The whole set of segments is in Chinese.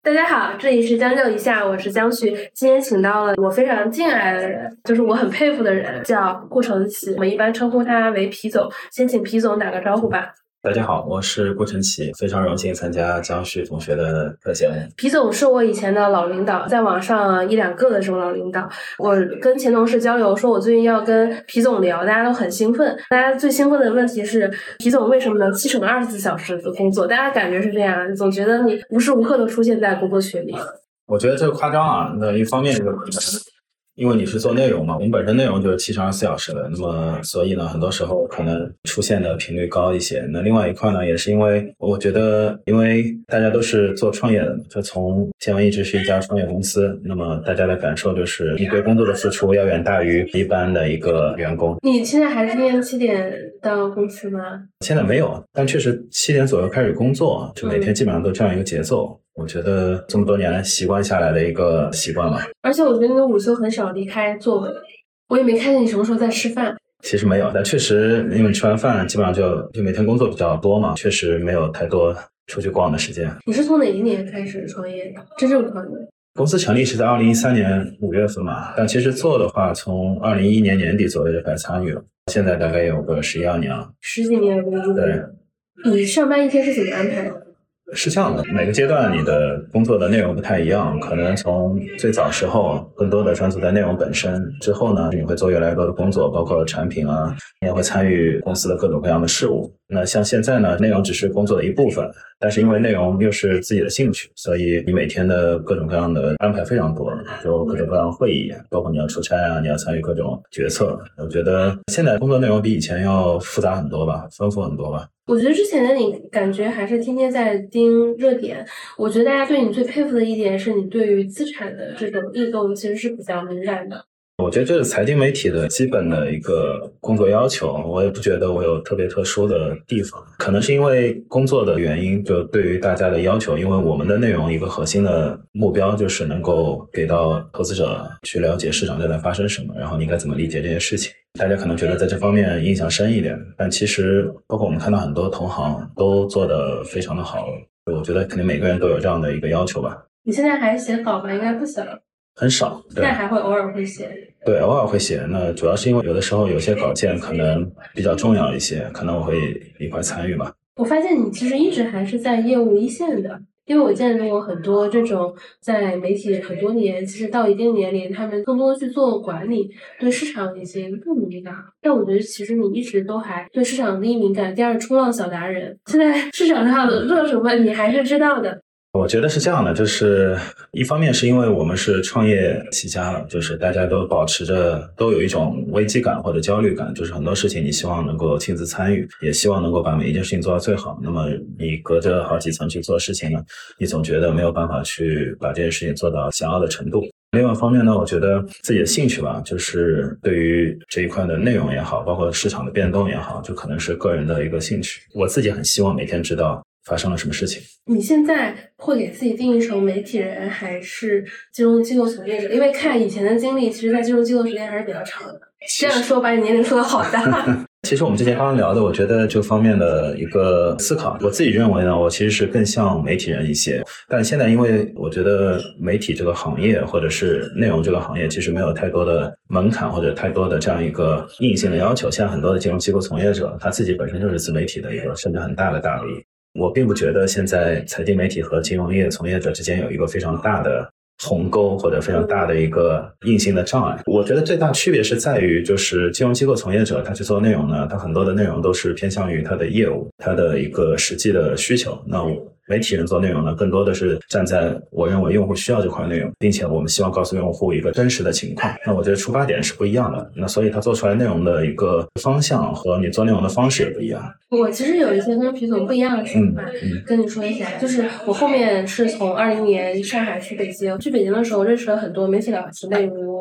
大家好，这里是将就一下，我是江旭。今天请到了我非常敬爱的人，就是我很佩服的人，叫顾承启。我们一般称呼他为皮总。先请皮总打个招呼吧。 大家好，我是顾承启，非常荣幸参加江旭同学的课节目。 皮总是我以前的老领导，在网上一两个的这种老领导。我跟前同事交流说，我最近要跟皮总聊，大家都很兴奋。大家最兴奋的问题是，皮总为什么能7乘24小时的工作？大家感觉是这样，总觉得你无时无刻都出现在工作群里。 我觉得这个夸张啊，那一方面因为你是做内容嘛，我们本身内容就是7乘24小时的，那么所以呢，很多时候可能出现的频率高一些。那另外一块呢，也是因为我觉得，因为大家都是做创业的，就从前文一直是一家创业公司，那么大家的感受就是你对工作的付出要远大于一般的一个员工。 你现在还是天天7点到公司吗？ 现在没有，但确实7点左右开始工作，就每天基本上都这样一个节奏。我觉得这么多年来习惯下来的一个习惯吧。 而且我觉得你的午休很少离开座位，我也没看见你什么时候在吃饭。 其实没有，但确实因为吃完饭基本上就每天工作比较多嘛，确实没有太多出去逛的时间。 你是从哪一年开始创业的？真正创业？ 公司成立是在2013年5月份嘛，但其实做的话从2011年年底左右就开始参与了，现在大概有个11、12年了。 10几年了。 对。 你上班一天是怎么安排的？ 是这样的，每个阶段你的工作的内容不太一样，可能从最早时候更多的专注在内容本身，之后呢你会做越来越多的工作，包括产品啊，你也会参与公司的各种各样的事务。那像现在呢，内容只是工作的一部分，但是因为内容又是自己的兴趣，所以你每天的各种各样的安排非常多，就各种各样的会议，包括你要出差啊，你要参与各种决策。我觉得现在工作内容比以前要复杂很多吧，丰富很多吧。 我觉得之前的你感觉还是天天在盯热点。我觉得大家对你最佩服的一点是你对于资产的这种异动其实是比较敏感的。 我觉得这是财经媒体的基本的一个工作要求，我也不觉得我有特别特殊的地方，可能是因为工作的原因，就对于大家的要求，因为我们的内容一个核心的目标就是能够给到投资者去了解市场正在发生什么，然后你应该怎么理解这些事情。大家可能觉得在这方面印象深一点，但其实包括我们看到很多同行都做得非常的好，我觉得肯定每个人都有这样的一个要求吧。 你现在还写稿吗？应该不写了。 很少， 但还会偶尔会写。 对，偶尔会写。那主要是因为有的时候有些稿件可能比较重要一些，可能我会一块参与吧。 我发现你其实一直还是在业务一线的，因为我见到过很多这种在媒体很多年，其实到一定年龄，他们更多的去做管理，对市场已经不敏感。但我觉得其实你一直都还对市场第一敏感，第二冲浪小达人。现在市场上的热什么，你还是知道的。 我觉得是这样的，就是一方面是因为我们是创业起家了，就是大家都保持着都有一种危机感或者焦虑感，就是很多事情你希望能够亲自参与，也希望能够把每一件事情做到最好。那么你隔着好几层去做事情呢，你总觉得没有办法去把这件事情做到想要的程度。另外一方面呢，我觉得自己的兴趣吧，就是对于这一块的内容也好，包括市场的变动也好，就可能是个人的一个兴趣。我自己很希望每天知道发生了什么事情。 你现在会给自己定义成媒体人还是金融机构从业者？因为看以前的经历，其实在金融机构时间还是比较长的。这样说把你年龄说的好大。 其实我们之前刚刚聊的，我觉得这方面的一个思考，我自己认为呢，我其实是更像媒体人一些。但现在因为我觉得媒体这个行业或者是内容这个行业其实没有太多的门槛或者太多的这样一个硬性的要求，像很多的金融机构从业者他自己本身就是自媒体的一个甚至很大的大 V。我并不觉得现在财经媒体和金融业从业者之间有一个非常大的鸿沟或者非常大的一个硬性的障碍。我觉得最大区别是在于，就是金融机构从业者他去做内容呢，他很多的内容都是偏向于他的业务，他的一个实际的需求。那媒体人做内容呢，更多的是站在我认为用户需要这块内容，并且我们希望告诉用户一个真实的情况。那我觉得出发点是不一样的，那所以他做出来内容的一个方向和你做内容的方式也不一样。 我其实有一些跟皮总不一样的想法，跟你说一下，就是我后面是从2020年上海去北京，去北京的时候认识了很多媒体老师，例如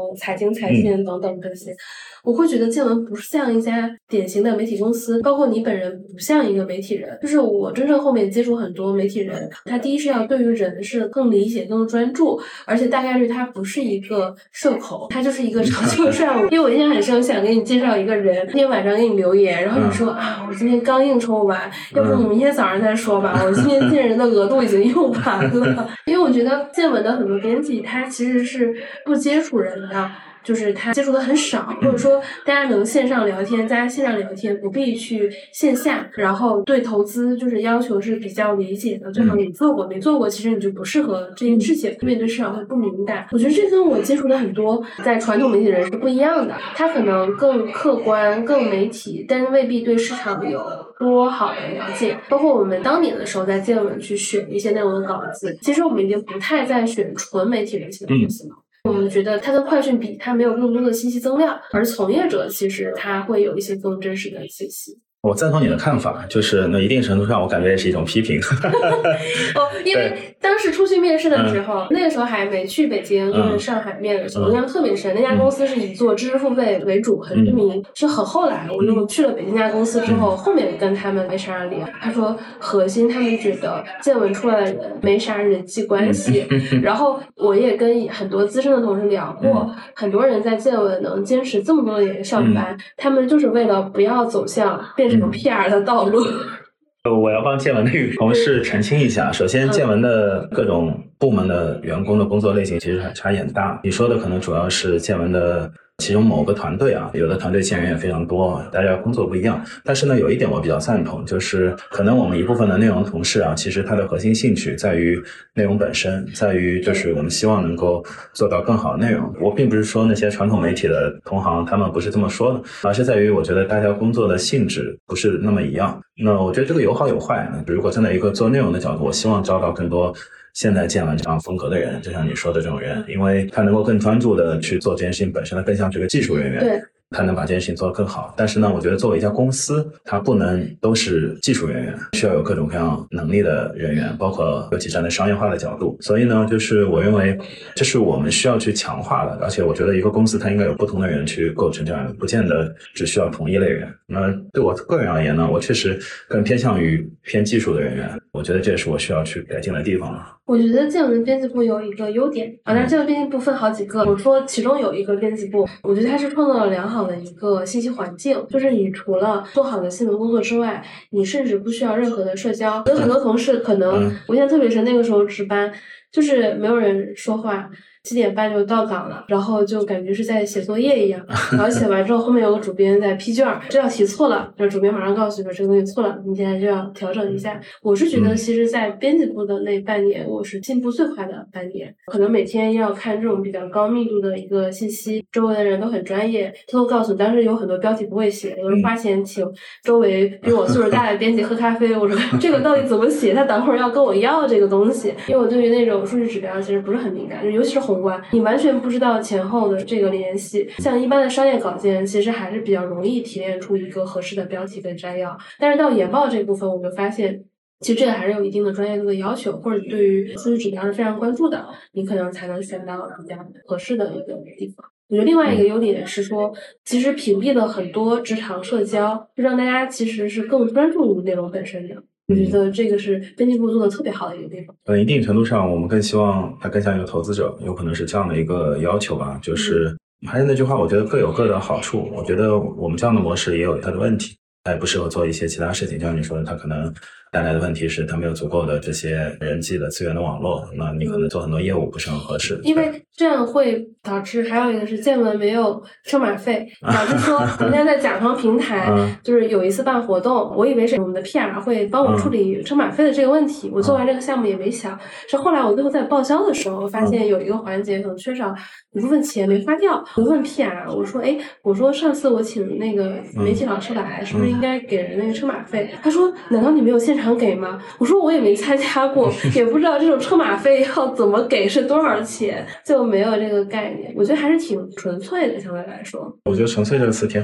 财经财讯等等这些。我会觉得见闻不像一家典型的媒体公司，包括你本人不像一个媒体人。就是我真正后面接触很多媒体人，他第一是要对于人是更理解更专注，而且大概率他不是一个社恐，他就是一个长袖善舞。因为我印象很深，想给你介绍一个人，那天晚上给你留言，然后你说我今天刚应酬完，要不你明天早上再说吧，我今天见人的额度已经用完了。因为我觉得见闻的很多编辑他其实是不接触人的，就是他接触的很少，或者说大家能线上聊天，大家线上聊天不必去线下，然后对投资就是要求是比较理解的，最好你做过，没做过其实你就不适合这件事情，面对市场会不敏感。我觉得这跟我接触的很多在传统媒体人是不一样的，他可能更客观更媒体，但未必对市场有多好的了解。包括我们当年的时候在见闻去选一些内容的稿子，其实我们已经不太再选纯媒体人性的东西了。我们觉得它跟快讯比，它没有更多的信息增量，而从业者其实他会有一些更真实的信息。 我赞同你的看法，就是那一定程度上我感觉也是一种批评。 因为当时出去面试的时候，那个时候还没去北京，就是上海面的时候，印象特别深。那家公司是以做知识付费为主，很知名，是很后来我就去了北京那家公司之后，后面跟他们 HR 聊，他说核心他们觉得见闻出来的人没啥人际关系。然后我也跟很多资深的同事聊过，很多人在见闻能坚持这么多年上班，他们就是为了不要走向变成PR 的道路。 我要帮见闻的同事澄清一下，首先见闻的各种部门的员工的工作类型其实差异很大，你说的可能主要是见闻的其中某个团队啊，有的团队见人也非常多，大家工作不一样。但是呢，有一点我比较赞同，就是可能我们一部分的内容同事啊，其实他的核心兴趣在于内容本身，在于就是我们希望能够做到更好的内容。我并不是说那些传统媒体的同行他们不是这么说的，而是在于我觉得大家工作的性质不是那么一样。那我觉得这个有好有坏。如果站在一个做内容的角度，我希望招到更多现在见闻这样风格的人，就像你说的这种人，因为他能够更专注的去做这件事情本身的，更像这个技术人员。 对， 他能把这件事情做得更好。但是呢，我觉得作为一家公司，它不能都是技术人员，需要有各种各样能力的人员，包括尤其站在商业化的角度。所以呢，就是我认为这是我们需要去强化的，而且我觉得一个公司它应该有不同的人去构成这样的，不见得只需要同一类人。那对我个人而言呢，我确实更偏向于偏技术的人员，我觉得这也是我需要去改进的地方了。 我觉得见闻编辑部有一个优点但是见闻编辑部分好几个，我说其中有一个编辑部，我觉得它是创造了良好的一个信息环境，就是你除了做好的新闻工作之外，你甚至不需要任何的社交。有很多同事可能我印象特别深，那个时候值班就是没有人说话，7点半就到岗了，然后就感觉是在写作业一样，然后写完之后后面有个主编在批卷，这道题错了，就主编马上告诉你这个东西错了，你现在就要调整一下。我是觉得其实在编辑部的那半年，我是进步最快的半年，可能每天要看这种比较高密度的一个信息，周围的人都很专业，偷偷告诉你，当时有很多标题不会写，有人花钱请周围比我岁数大的编辑喝咖啡，我说这个到底怎么写，他等会儿要跟我要这个东西，因为我对于那种数据指标其实不是很敏感，尤其是宏观，你完全不知道前后的这个联系。像一般的商业稿件其实还是比较容易提炼出一个合适的标题跟摘要，但是到研报这部分我就发现其实这个还是有一定的专业度的要求，或者对于数据指标是非常关注的，你可能才能选到比较合适的一个地方。我觉得另外一个优点是说，其实屏蔽了很多职场社交，就让大家其实是更专注于内容本身的。我觉得这个是编辑部做的特别好的一个地方。 一定程度上我们更希望它更像一个投资者，有可能是这样的一个要求吧，就是还是那句话，我觉得各有各的好处，我觉得我们这样的模式也有它的问题，它也不适合做一些其他事情，就像你说的，它可能带来的问题是它没有足够的这些人际的资源的网络，那你可能做很多业务不是很合适。 因为这样会导致还有一个是见闻没有车马费，导致说我现在在甲方平台就是有一次办活动，我以为是我们的 PR 会帮我处理车马费的这个问题，我做完这个项目也没想，是后来我最后在报销的时候发现有一个环节可能缺少一部分钱没花掉，我问 PR 我说上次我请那个媒体老师来是不是应该给人那个车马费，他说难道你没有现场给吗？我说我也没参加过，也不知道这种车马费要怎么给，是多少钱，就没有这个概念。我觉得还是挺纯粹的，相对来说。 我觉得纯粹这个词挺好的。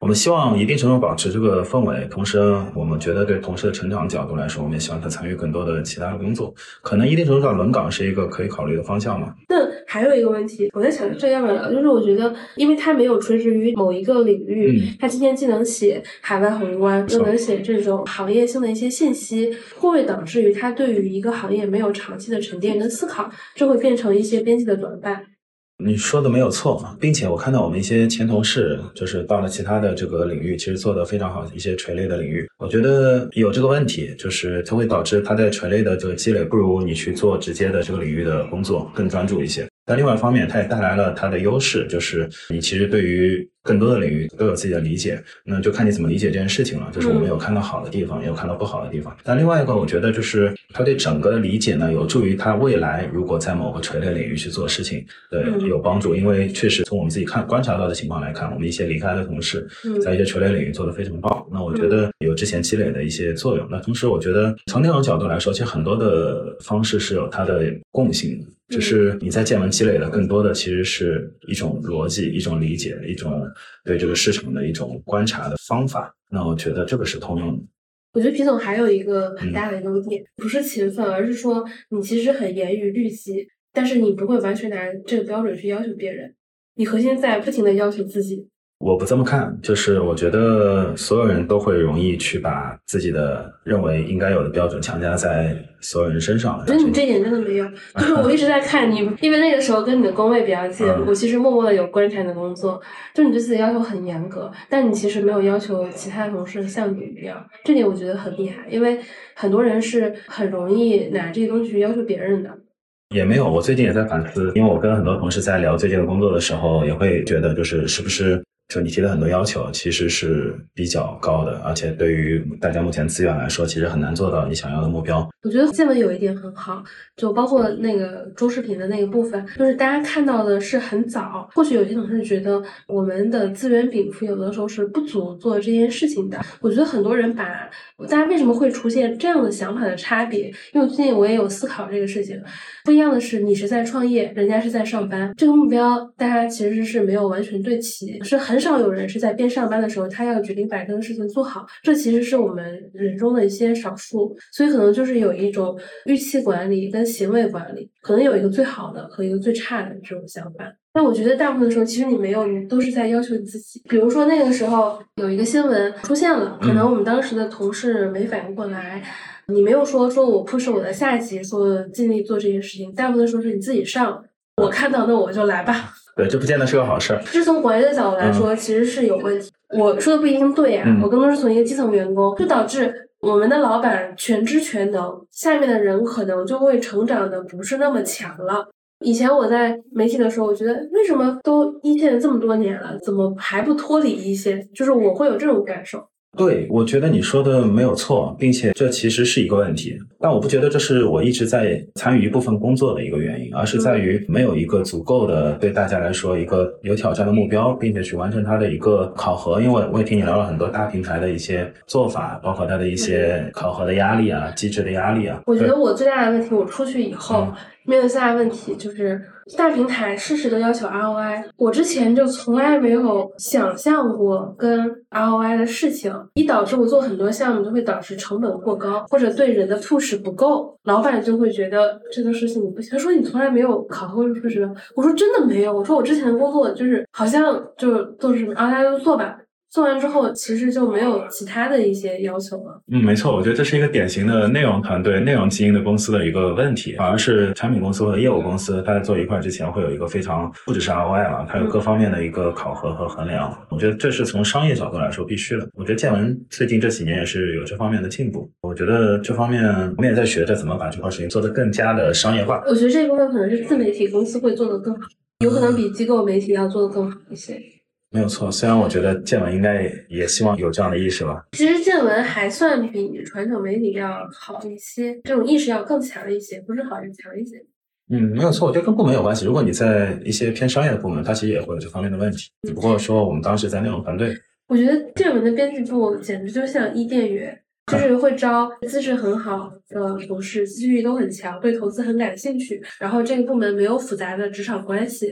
我们希望一定程度保持这个氛围，同时我们觉得对同事的成长角度来说，我们也希望他参与更多的其他的工作，可能一定程度上轮岗是一个可以考虑的方向嘛。 那还有一个问题，我在想这样的，就是我觉得，因为他没有垂直于某一个领域，他今天既能写海外宏观，又能写这种行业性的一些信息，会不会导致于他对于一个行业没有长期的沉淀跟思考，这会变成一些编辑的短板？ 你说的没有错，并且我看到我们一些前同事，就是到了其他的这个领域，其实做得非常好，一些垂类的领域，我觉得有这个问题，就是它会导致他在垂类的这个积累不如你去做直接的这个领域的工作更专注一些。但另外一方面，它也带来了它的优势，就是你其实对于更多的领域都有自己的理解，那就看你怎么理解这件事情了。就是我们有看到好的地方，也有看到不好的地方。但另外一个，我觉得就是它对整个的理解呢，有助于他未来如果在某个垂类领域去做事情，对，有帮助。因为确实从我们自己观察到的情况来看，我们一些离开的同事，在一些垂类领域做得非常棒。那我觉得有之前积累的一些作用。那同时，我觉得从内容角度来说，其实很多的方式是有它的共性的。只是你在见闻积累的更多的其实是一种逻辑，一种理解，一种对这个市场的一种观察的方法。那我觉得这个是通用的。 我觉得皮总还有一个很大的优点，不是勤奋，而是说你其实很严于律己，但是你不会完全拿这个标准去要求别人，你核心在不停的要求自己。 我不这么看，就是我觉得所有人都会容易去把自己的认为应该有的标准强加在所有人身上。 我觉得你这一点真的没有，就是我一直在看你，因为那个时候跟你的工位比较近，我其实默默的有观察你的工作，就你对自己要求很严格，但你其实没有要求其他同事像你一样，这点我觉得很厉害，因为很多人是很容易拿这些东西去要求别人的。 也没有，我最近也在反思，因为我跟很多同事在聊最近的工作的时候，也会觉得是不是就你提的很多要求其实是比较高的，而且对于大家目前资源来说，其实很难做到你想要的目标。 我觉得见闻有一点很好，就包括那个中视频的那个部分，就是大家看到的是很早，或许有些同事觉得我们的资源禀赋有的时候是不足做这件事情的。我觉得很多人把大家为什么会出现这样的想法的差别，因为最近我也有思考这个事情。不一样的是，你是在创业，人家是在上班，这个目标大家其实是没有完全对齐，是很少有人是在边上班的时候，他要决定把这个事情做好，这其实是我们人中的一些少数，所以可能就是有一种预期管理跟行为管理，可能有一个最好的和一个最差的这种想法。但我觉得大部分的时候，其实你没有，你都是在要求你自己。比如说那个时候有一个新闻出现了，可能我们当时的同事没反应过来，你没有说我 push 我的下级，说尽力做这件事情，大部分时候是你自己上，我看到那我就来吧。 对，这不见得是个好事。 这从管理的角度来说，其实是有问题。我说的不一定对啊，我更多是从一个基层员工，就导致我们的老板全知全能，下面的人可能就会成长的不是那么强了。以前我在媒体的时候，我觉得为什么都一线这么多年了，怎么还不脱离一线？就是我会有这种感受。 对，我觉得你说的没有错，并且这其实是一个问题，但我不觉得这是我一直在参与一部分工作的一个原因，而是在于没有一个足够的对大家来说一个有挑战的目标，并且去完成它的一个考核。因为我也听你聊了很多大平台的一些做法，包括它的一些考核的压力啊、机制的压力啊。 我觉得我最大的问题，我出去以后面对最大的问题就是大平台事事都要求 ROI， 我之前就从来没有想象过跟 ROI 的事情，导致我做很多项目就会导致成本过高，或者对人的 push 不够，老板就会觉得这个事情你不行。他说你从来没有考核过 push 吗？我说真的没有，我说我之前的工作就是好像就都是大家都做吧。做完之后，其实就没有其他的一些要求了。 没错，我觉得这是一个典型的内容团队、内容经营的公司的一个问题，反而是产品公司或者业务公司，它在做一块之前会有一个非常不只是 ROI 了，它有各方面的一个考核和衡量。我觉得这是从商业角度来说必须的。我觉得见闻最近这几年也是有这方面的进步。我觉得这方面我们也在学着怎么把这块事情做得更加的商业化。 我觉得这一部分可能是自媒体公司会做得更好，有可能比机构媒体要做得更好一些。 没有错，虽然我觉得见闻应该也希望有这样的意识吧。 其实见闻还算比传统媒体要好一些，这种意识要更强一些，不是好，是强一些。 没有错，我觉得跟部门有关系。如果你在一些偏商业的部门，它其实也会有这方面的问题。只不过说我们当时在内容团队， 我觉得见闻的编辑部简直就像伊甸园，就是会招资质很好的同事，自制力都很强，对投资很感兴趣，然后这个部门没有复杂的职场关系，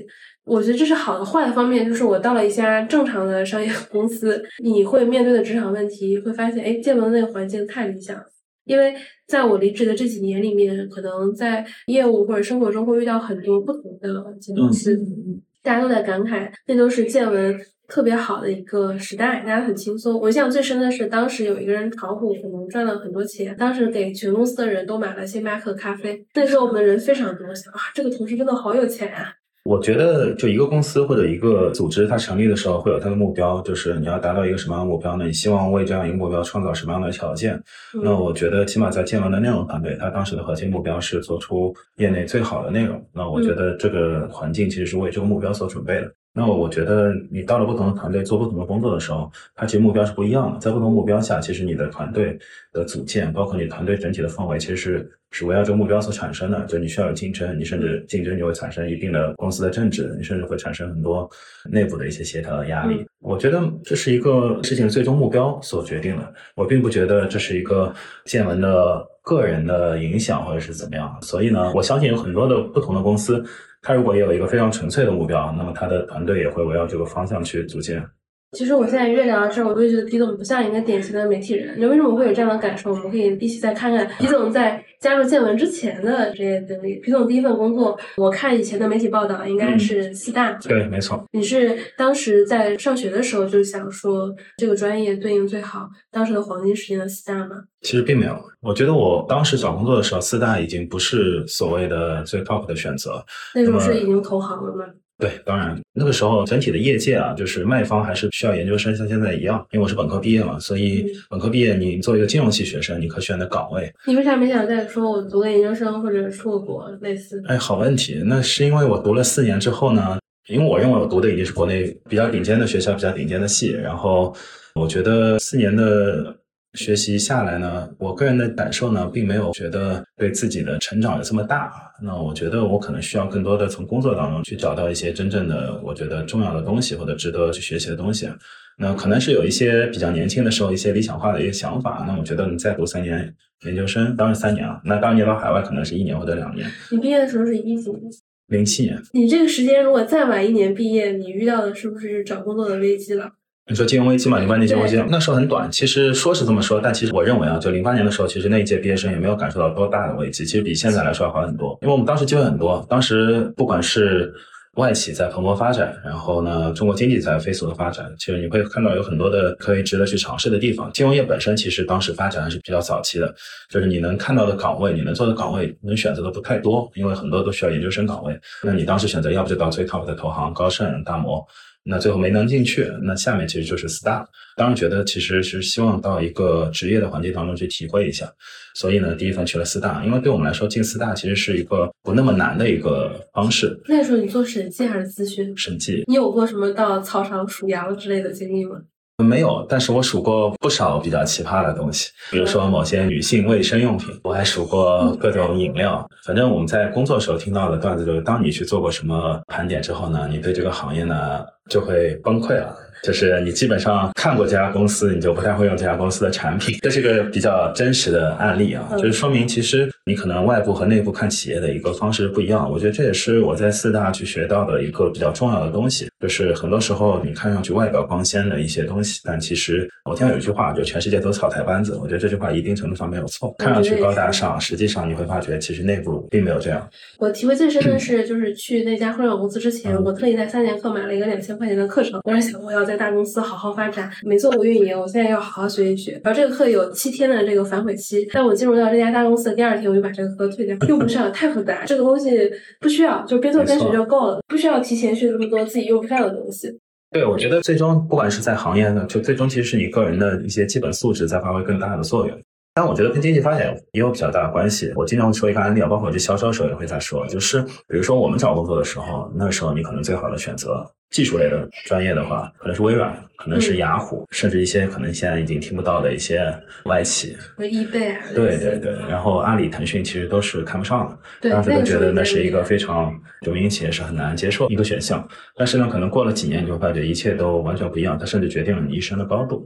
我觉得这是好的。坏的方面就是我到了一家正常的商业公司，你会面对的职场问题会发现，哎，见闻那个环境太理想了。因为在我离职的这几年里面，可能在业务或者生活中会遇到很多不同的东西，大家都在感慨，那都是见闻特别好的一个时代，大家很轻松。我印象最深的是，当时有一个人炒股，可能赚了很多钱，当时给全公司的人都买了星巴克咖啡。那时候我们的人非常多，想啊，这个同事真的好有钱啊。 我觉得就一个公司或者一个组织，它成立的时候会有它的目标，就是你要达到一个什么样的目标呢？你希望为这样一个目标创造什么样的条件？那我觉得起码在见闻的内容团队，它当时的核心目标是做出业内最好的内容。那我觉得这个环境其实是为这个目标所准备的。那我觉得你到了不同的团队做不同的工作的时候，它其实目标是不一样的。在不同目标下，其实你的团队的组建，包括你团队整体的氛围，其实是围绕这个目标所产生的。就你需要有竞争，你甚至竞争就会产生一定的公司的政治，你甚至会产生很多内部的一些协调的压力。我觉得这是一个事情的最终目标所决定的。我并不觉得这是一个见闻的个人的影响或者是怎么样。所以呢，我相信有很多的不同的公司，他如果也有一个非常纯粹的目标，那么他的团队也会围绕这个方向去组建。 其实我现在越聊到这儿，我都觉得皮总不像一个典型的媒体人。你为什么会有这样的感受？我们可以一起再看看皮总在加入见闻之前的这些经历。皮总第一份工作，我看以前的媒体报道应该是四大。 对，没错。 你是当时在上学的时候就想说这个专业对应最好当时的黄金时间的四大吗？ 其实并没有。我觉得我当时找工作的时候，四大已经不是所谓的最 top 的选择。 那时候是已经投行了吗？ 对，当然那个时候整体的业界啊，就是卖方还是需要研究生，像现在一样。因为我是本科毕业嘛，所以本科毕业你作为一个金融系学生，你可选的岗位。 你为啥没想再说我读个研究生或者出个国类似的？ 哎，好问题。那是因为我读了4年之后呢，因为我认为我读的已经是国内比较顶尖的学校，比较顶尖的系，然后我觉得4年的学习下来呢，我个人的感受呢，并没有觉得对自己的成长有这么大。那我觉得我可能需要更多的从工作当中去找到一些真正的我觉得重要的东西，或者值得去学习的东西。那可能是有一些比较年轻的时候一些理想化的一个想法。那我觉得你再读3年研究生，当然3年了。那当你到海外可能是1年或者2年。 你毕业的时候是19年 ？07年。 你这个时间如果再晚1年毕业，你遇到的是不是找工作的危机了？ 你说金融危机嘛，08年金融危机，那时候很短。其实说是这么说，但其实我认为啊，就08年的时候，其实那一届毕业生也没有感受到多大的危机，其实比现在来说要好很多。因为我们当时机会很多，当时不管是外企在蓬勃发展，然后呢，中国经济在飞速的发展，其实你会看到有很多的可以值得去尝试的地方。金融业本身其实当时发展还是比较早期的，就是你能看到的岗位，你能做的岗位，能选择的不太多，因为很多都需要研究生岗位。那你当时选择要不就到最 top 的投行，高盛、大摩。那最后没能进去，那下面其实就是四大。当然觉得其实是希望到一个职业的环境当中去体会一下，所以呢，第一份去了四大。因为对我们来说，进四大其实是一个不那么难的一个方式。 那时候你做审计还是咨询？ 审计。 你有过什么到草场数羊之类的经历吗？ 没有，但是我数过不少比较奇葩的东西，比如说某些女性卫生用品，我还数过各种饮料。反正我们在工作时候听到的段子就是，当你去做过什么盘点之后呢，你对这个行业呢就会崩溃了。就是你基本上看过这家公司，你就不太会用这家公司的产品。这是一个比较真实的案例啊，就是说明其实你可能外部和内部看企业的一个方式不一样。我觉得这也是我在四大去学到的一个比较重要的东西，就是很多时候你看上去外表光鲜的一些东西，但其实我听到有一句话，就全世界都草台班子。我觉得这句话一定程度上没有错，看上去高大上，实际上你会发觉其实内部并没有这样。 我体会最深的是，就是去那家互联网公司之前，我特意在3节课买了一个2000块钱的课程。我在想，我要在大公司好好发展，没做过运营，我现在要好好学一学。然后这个课有7天的这个反悔期，但我进入到这家大公司的第2天，我就把这个课退掉，用不上，太复杂，这个东西不需要，就边做边学就够了，不需要提前学这么多自己用不上的东西。 对，我觉得最终不管是在行业呢，就最终其实是你个人的一些基本素质在发挥更大的作用。但我觉得跟经济发展也有比较大的关系。我经常会说一个案例啊，包括我去销售的时候也会在说，就是比如说我们找工作的时候，那时候你可能最好的选择技术类的专业的话，可能是微软，可能是雅虎，甚至一些可能现在已经听不到的一些外企 ，eBay 啊。 对对对，然后阿里、腾讯其实都是看不上的，当时都觉得那是一个非常就民营企业是很难接受一个选项。但是呢，可能过了几年，你就会发觉一切都完全不一样，它甚至决定了你一生的高度。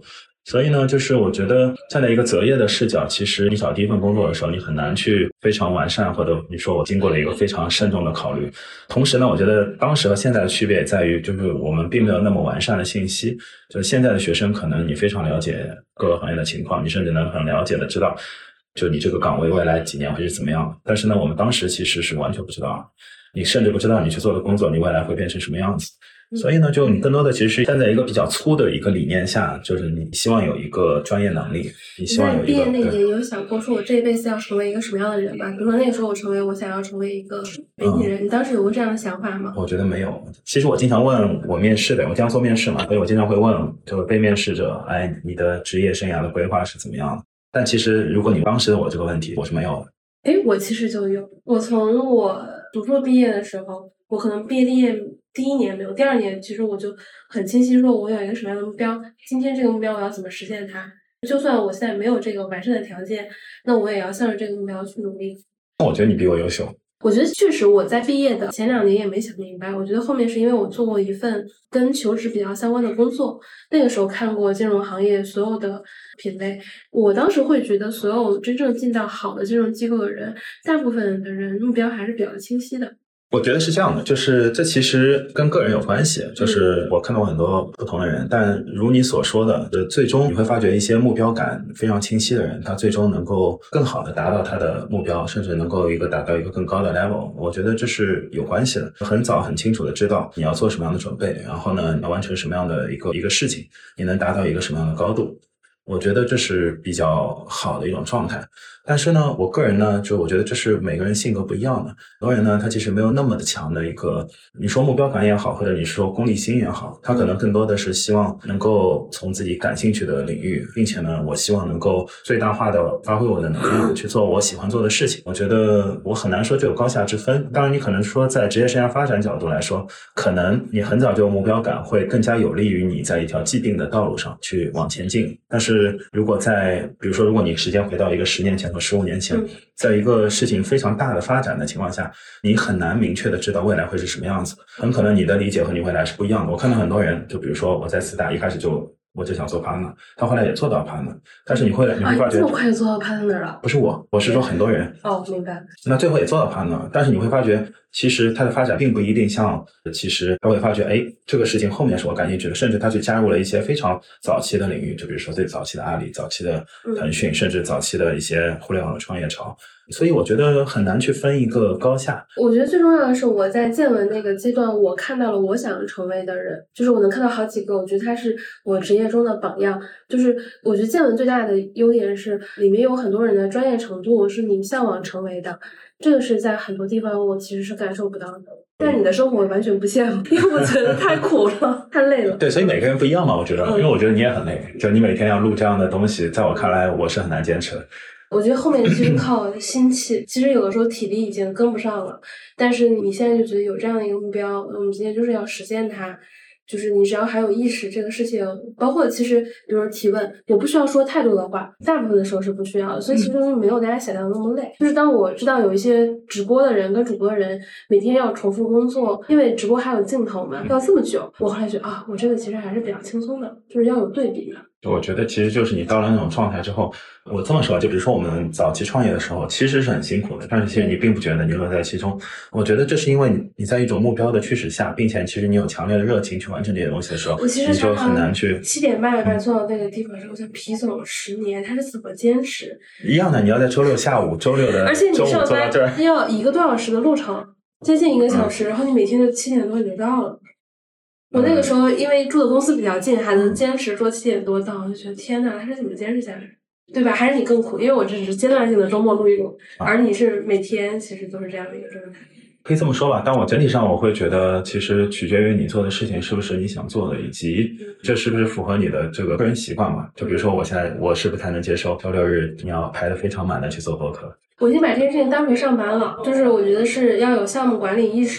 所以呢，就是我觉得站在一个择业的视角，其实你找第一份工作的时候，你很难去非常完善，或者你说我经过了一个非常慎重的考虑。同时呢，我觉得当时和现在的区别也在于，就是我们并没有那么完善的信息。就是现在的学生，可能你非常了解各个行业的情况，你甚至能很了解的知道，就你这个岗位未来几年会是怎么样的。但是呢，我们当时其实是完全不知道，你甚至不知道你去做的工作，你未来会变成什么样子。所以呢，就你更多的其实是站在一个比较粗的一个理念下，就是你希望有一个专业能力，你希望有一个。 在毕业那年有想过说我这一辈子要成为一个什么样的人吗？比如说那个时候我想要成为一个媒体人，你当时有过这样的想法吗？ 我觉得没有。其实我经常问我面试的，我经常做面试嘛，所以我经常会问就是被面试者，哎，你的职业生涯的规划是怎么样的？但其实如果你当时的我这个问题，我是没有的。 我其实就有，我从我读硕毕业的时候，我可能毕业第一年没有，第二年其实我就很清晰说我有一个什么样的目标，今天这个目标我要怎么实现它，就算我现在没有这个完善的条件，那我也要向着这个目标去努力。 那我觉得你比我优秀。 我觉得确实我在毕业的前2年也没想明白，我觉得后面是因为我做过一份跟求职比较相关的工作，那个时候看过金融行业所有的品类，我当时会觉得所有真正进到好的金融机构的人，大部分的人目标还是比较清晰的。 我觉得是这样的，就是这其实跟个人有关系，就是我看到很多不同的人，但如你所说的，最终你会发觉一些目标感非常清晰的人，他最终能够更好的达到他的目标，甚至能够达到一个更高的 level。我觉得这是有关系的，很早很清楚的知道你要做什么样的准备，然后呢，你要完成什么样的一个事情，你能达到一个什么样的高度。我觉得这是比较好的一种状态。但是呢，我个人呢，就我觉得这是每个人性格不一样的。很多人呢，他其实没有那么的强的一个，你说目标感也好，或者你说功利心也好，他可能更多的是希望能够从自己感兴趣的领域，并且呢，我希望能够最大化的发挥我的能力，去做我喜欢做的事情。我觉得我很难说这有高下之分。当然，你可能说在职业生涯发展角度来说，可能你很早就有目标感，会更加有利于你在一条既定的道路上去往前进。但是如果比如说，如果你时间回到一个10年前和15年前，在一个事情非常大的发展的情况下，你很难明确的知道未来会是什么样子，很可能你的理解和你未来是不一样的。我看到很多人，就比如说我在四大一开始我就想做 partner， 他后来也做到 partner， 但是你会发觉这么快就做到 partner 了？ 不是我是说很多人。 哦，明白。 那最后也做到 partner， 但是你会发觉其实它的发展并不一定像，其实他会发觉这个事情后面是我感兴趣的，甚至他去加入了一些非常早期的领域，就比如说最早期的阿里，早期的腾讯，甚至早期的一些互联网的创业潮。所以我觉得很难去分一个高下。 我觉得最重要的是我在见闻那个阶段，我看到了我想成为的人，就是我能看到好几个，我觉得他是我职业中的榜样。就是我觉得见闻最大的优点是里面有很多人的专业程度是你向往成为的，这个是在很多地方我其实是感受不到的。但你的生活完全不羡慕，因为我觉得太苦了，太累了。 对，所以每个人不一样嘛，我觉得，因为我觉得你也很累，就你每天要录这样的东西，在我看来我是很难坚持的。 我觉得后面其实靠心气，其实有的时候体力已经跟不上了，但是你现在就觉得有这样的一个目标，我们今天就是要实现它。就是你只要还有意识，这个事情，包括其实比如说提问，我不需要说太多的话，大部分的时候是不需要的，所以其实没有大家想象的那么累。就是当我知道有一些直播的人跟主播的人每天要重复工作，因为直播还有镜头嘛，要这么久，我后来觉得我这个其实还是比较轻松的，就是要有对比嘛。 我觉得其实就是你到了那种状态之后，我这么说，就比如说我们早期创业的时候，其实是很辛苦的，但是其实你并不觉得你乐在其中。我觉得这是因为你在一种目标的驱使下，并且其实你有强烈的热情去完成这些东西的时候， 我其实你就很难去 7点8点半做到那个地方之后，像皮走了10年，他是怎么坚持？ 一样的，你要在周六下午、周六的而且你上班要1个多小时的路程，接近1个小时，然后你每天就7点多你就到了。我那个时候因为住的公司比较近，还能坚持说7点多到，我就觉得天哪，他是怎么坚持下来？对吧？还是你更苦，因为我这只是阶段性的周末录一录，而你是每天其实都是这样的一个状态。 可以这么说吧，但我整体上我会觉得，其实取决于你做的事情是不是你想做的，以及这是不是符合你的这个个人习惯嘛。就比如说我是不太能接受周六日你要排得非常满的去做播客。 我已经把这件事情当成上班了，就是我觉得是要有项目管理意识。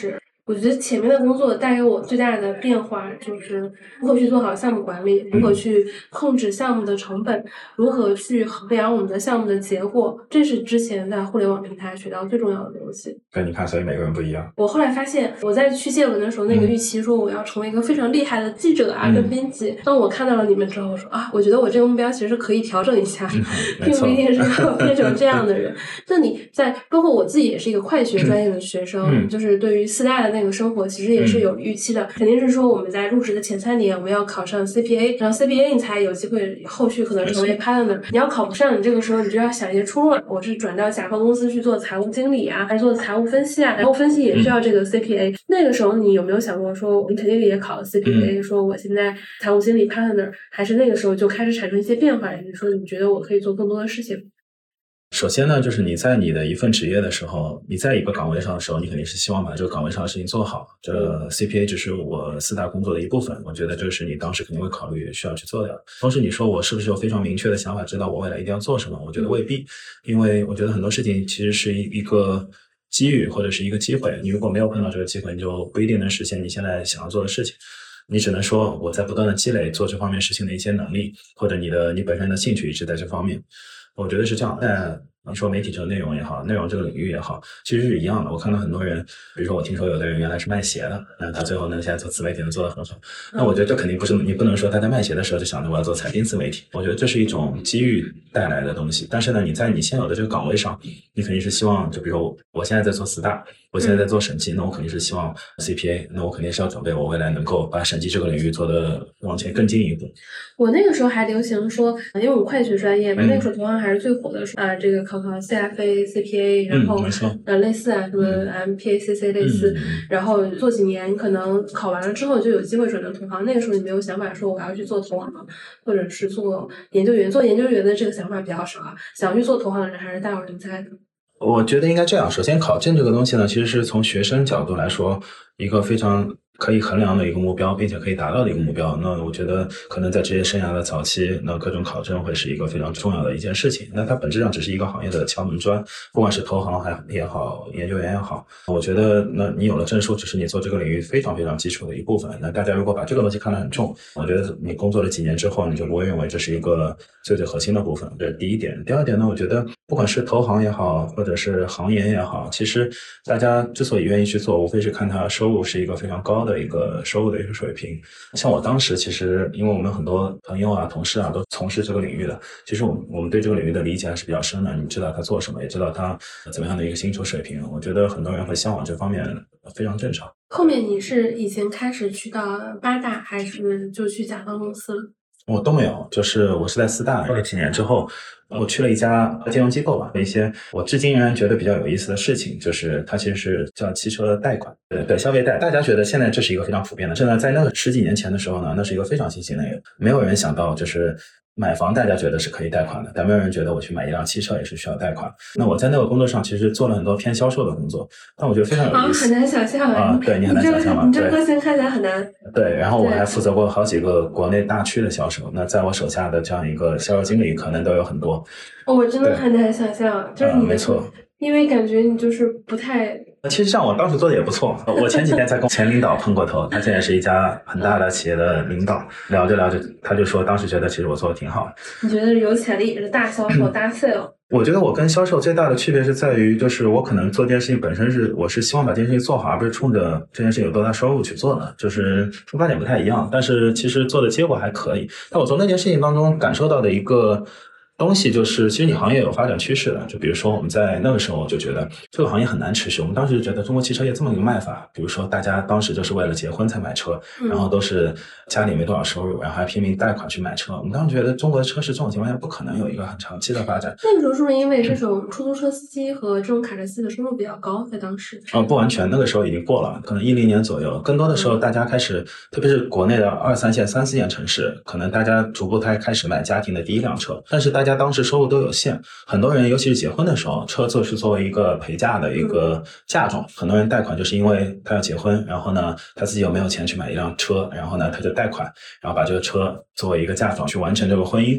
我觉得前面的工作带给我最大的变化就是如何去做好项目管理，如何去控制项目的成本，如何去衡量我们的项目的结果，这是之前在互联网平台学到最重要的东西。 对，你看，所以每个人不一样。 我后来发现，我在去见闻的时候，那个预期说我要成为一个非常厉害的记者啊，跟编辑。当我看到了你们之后，我说啊，我觉得我这个目标其实是可以调整一下，并不一定是要变成这样的人。那你在包括我自己也是一个会学专业的学生，就是对于四大的那个生活，其实也是有预期的。肯定是说我们在入职的前3年，我们要考上 CPA， 然后 CPA 你才有机会后续可能成为 partner。你要考不上，你这个时候你就要想一些出路了。我是转到甲方公司去做财务经理啊，还是做财务分析啊？然后分析也需要这个 CPA。那个时候你有没有想过说，你肯定也考了 CPA，说我现在财务经理 partner， 还是那个时候就开始产生一些变化？你说你觉得我可以做更多的事情？ 首先呢，就是你在你的一份职业的时候，你在一个岗位上的时候，你肯定是希望把这个岗位上的事情做好。这 CPA 只是我4大工作的一部分，我觉得这是你当时肯定会考虑需要去做的。同时你说我是不是有非常明确的想法，知道我未来一定要做什么？我觉得未必，因为我觉得很多事情其实是一个机遇或者是一个机会，你如果没有碰到这个机会，你就不一定能实现你现在想要做的事情。你只能说我在不断的积累做这方面事情的一些能力，或者你本身的兴趣一直在这方面。我觉得是这样，但你说媒体这个内容也好，内容这个领域也好，其实是一样的。我看到很多人，比如说我听说有的人原来是卖鞋的，那他最后呢现在做自媒体能做得很好。那我觉得这肯定不是，你不能说他在卖鞋的时候就想着我要做财经自媒体。我觉得这是一种机遇带来的东西。但是呢，你在你现有的这个岗位上，你肯定是希望，就比如我现在在做4大，我现在在做审计，那我肯定是希望 CPA， 那我肯定是要准备我未来能够把审计这个领域做得往前更进一步。我那个时候还流行说，因为我们会计学专业嘛，那个时候投行还是最火的，这个考 CFA、CPA， 然后类似啊，什么 MPACC 类似，然后做几年，可能考完了之后就有机会转到投行。那个时候你没有想法说我要去做投行，或者是做研究员。做研究员的这个想法比较少啊，想要去做投行的人还是大有人在的。 我觉得应该这样，首先考证这个东西呢，其实是从学生角度来说一个非常可以衡量的一个目标，并且可以达到的一个目标。那我觉得可能在职业生涯的早期，那各种考证会是一个非常重要的一件事情。那它本质上只是一个行业的敲门砖，不管是投行也好，研究员也好，我觉得那你有了证书，只是你做这个领域非常非常基础的一部分。那大家如果把这个东西看得很重，我觉得你工作了几年之后，你就不会认为这是一个最核心的部分。这是第一点。第二点呢，我觉得不管是投行也好，或者是行研也好，其实大家之所以愿意去做，无非是看它收入是一个非常高的一个收入的一个水平。像我当时其实因为我们很多朋友啊、同事啊都从事这个领域的，其实我们对这个领域的理解还是比较深的。你知道他做什么，也知道他怎么样的一个薪酬水平。我觉得很多人会向往这方面，非常正常。 后面你是已经开始去到8大，还是就去甲方公司了？ 我都没有，就是我是在4大几年之后，我去了一家金融机构吧，一些我至今仍然觉得比较有意思的事情，就是它其实是叫汽车贷款，对消费贷。大家觉得现在这是一个非常普遍的，真的在那个10几年前的时候呢，那是一个非常新兴的一个，没有人想到就是买房大家觉得是可以贷款的，但没有人觉得我去买一辆汽车也是需要贷款。那我在那个工作上其实做了很多偏销售的工作，但我觉得非常有意思。 很难想象啊！ 对，你很难想象吗？ 你这个个性看起来很难。 对，然后我还负责过好几个国内大区的销售，那在我手下的这样一个销售经理可能都有很多。 我真的很难想象，就是你没错， 因为感觉你就是不太。 其实像我当时做的也不错，我前几天才跟前领导碰过头，他现在是一家很大的企业的领导，聊着聊着他就说当时觉得其实我做的挺好。 你觉得有潜力也是大销售大 sale？ 我觉得我跟销售最大的区别是在于，就是我可能做这件事情本身我是希望把这件事情做好，而不是冲着这件事情有多大收入去做的，就是出发点不太一样，但是其实做的结果还可以。但我从那件事情当中感受到的一个东西就是，其实你行业有发展趋势的。就比如说我们在那个时候就觉得这个行业很难持续。我们当时就觉得中国汽车业这么一个卖法，比如说大家当时就是为了结婚才买车，然后都是家里没多少收入，然后还拼命贷款去买车。我们当时觉得中国的车市这种情况下不可能有一个很长期的发展。 那个时候是不是因为这种出租车司机和这种卡车司机的收入比较高，在当时？ 不完全，那个时候已经过了，可能10年左右。更多的时候大家开始，特别是国内的2、3线、3、4线城市，可能大家逐步开始买家庭的第一辆车，但是大家当时收入都有限，很多人尤其是结婚的时候，车就是作为一个陪嫁的一个嫁妆，很多人贷款就是因为他要结婚，然后呢他自己又没有钱去买一辆车，然后呢他就贷款，然后把这个车作为一个嫁妆去完成这个婚姻。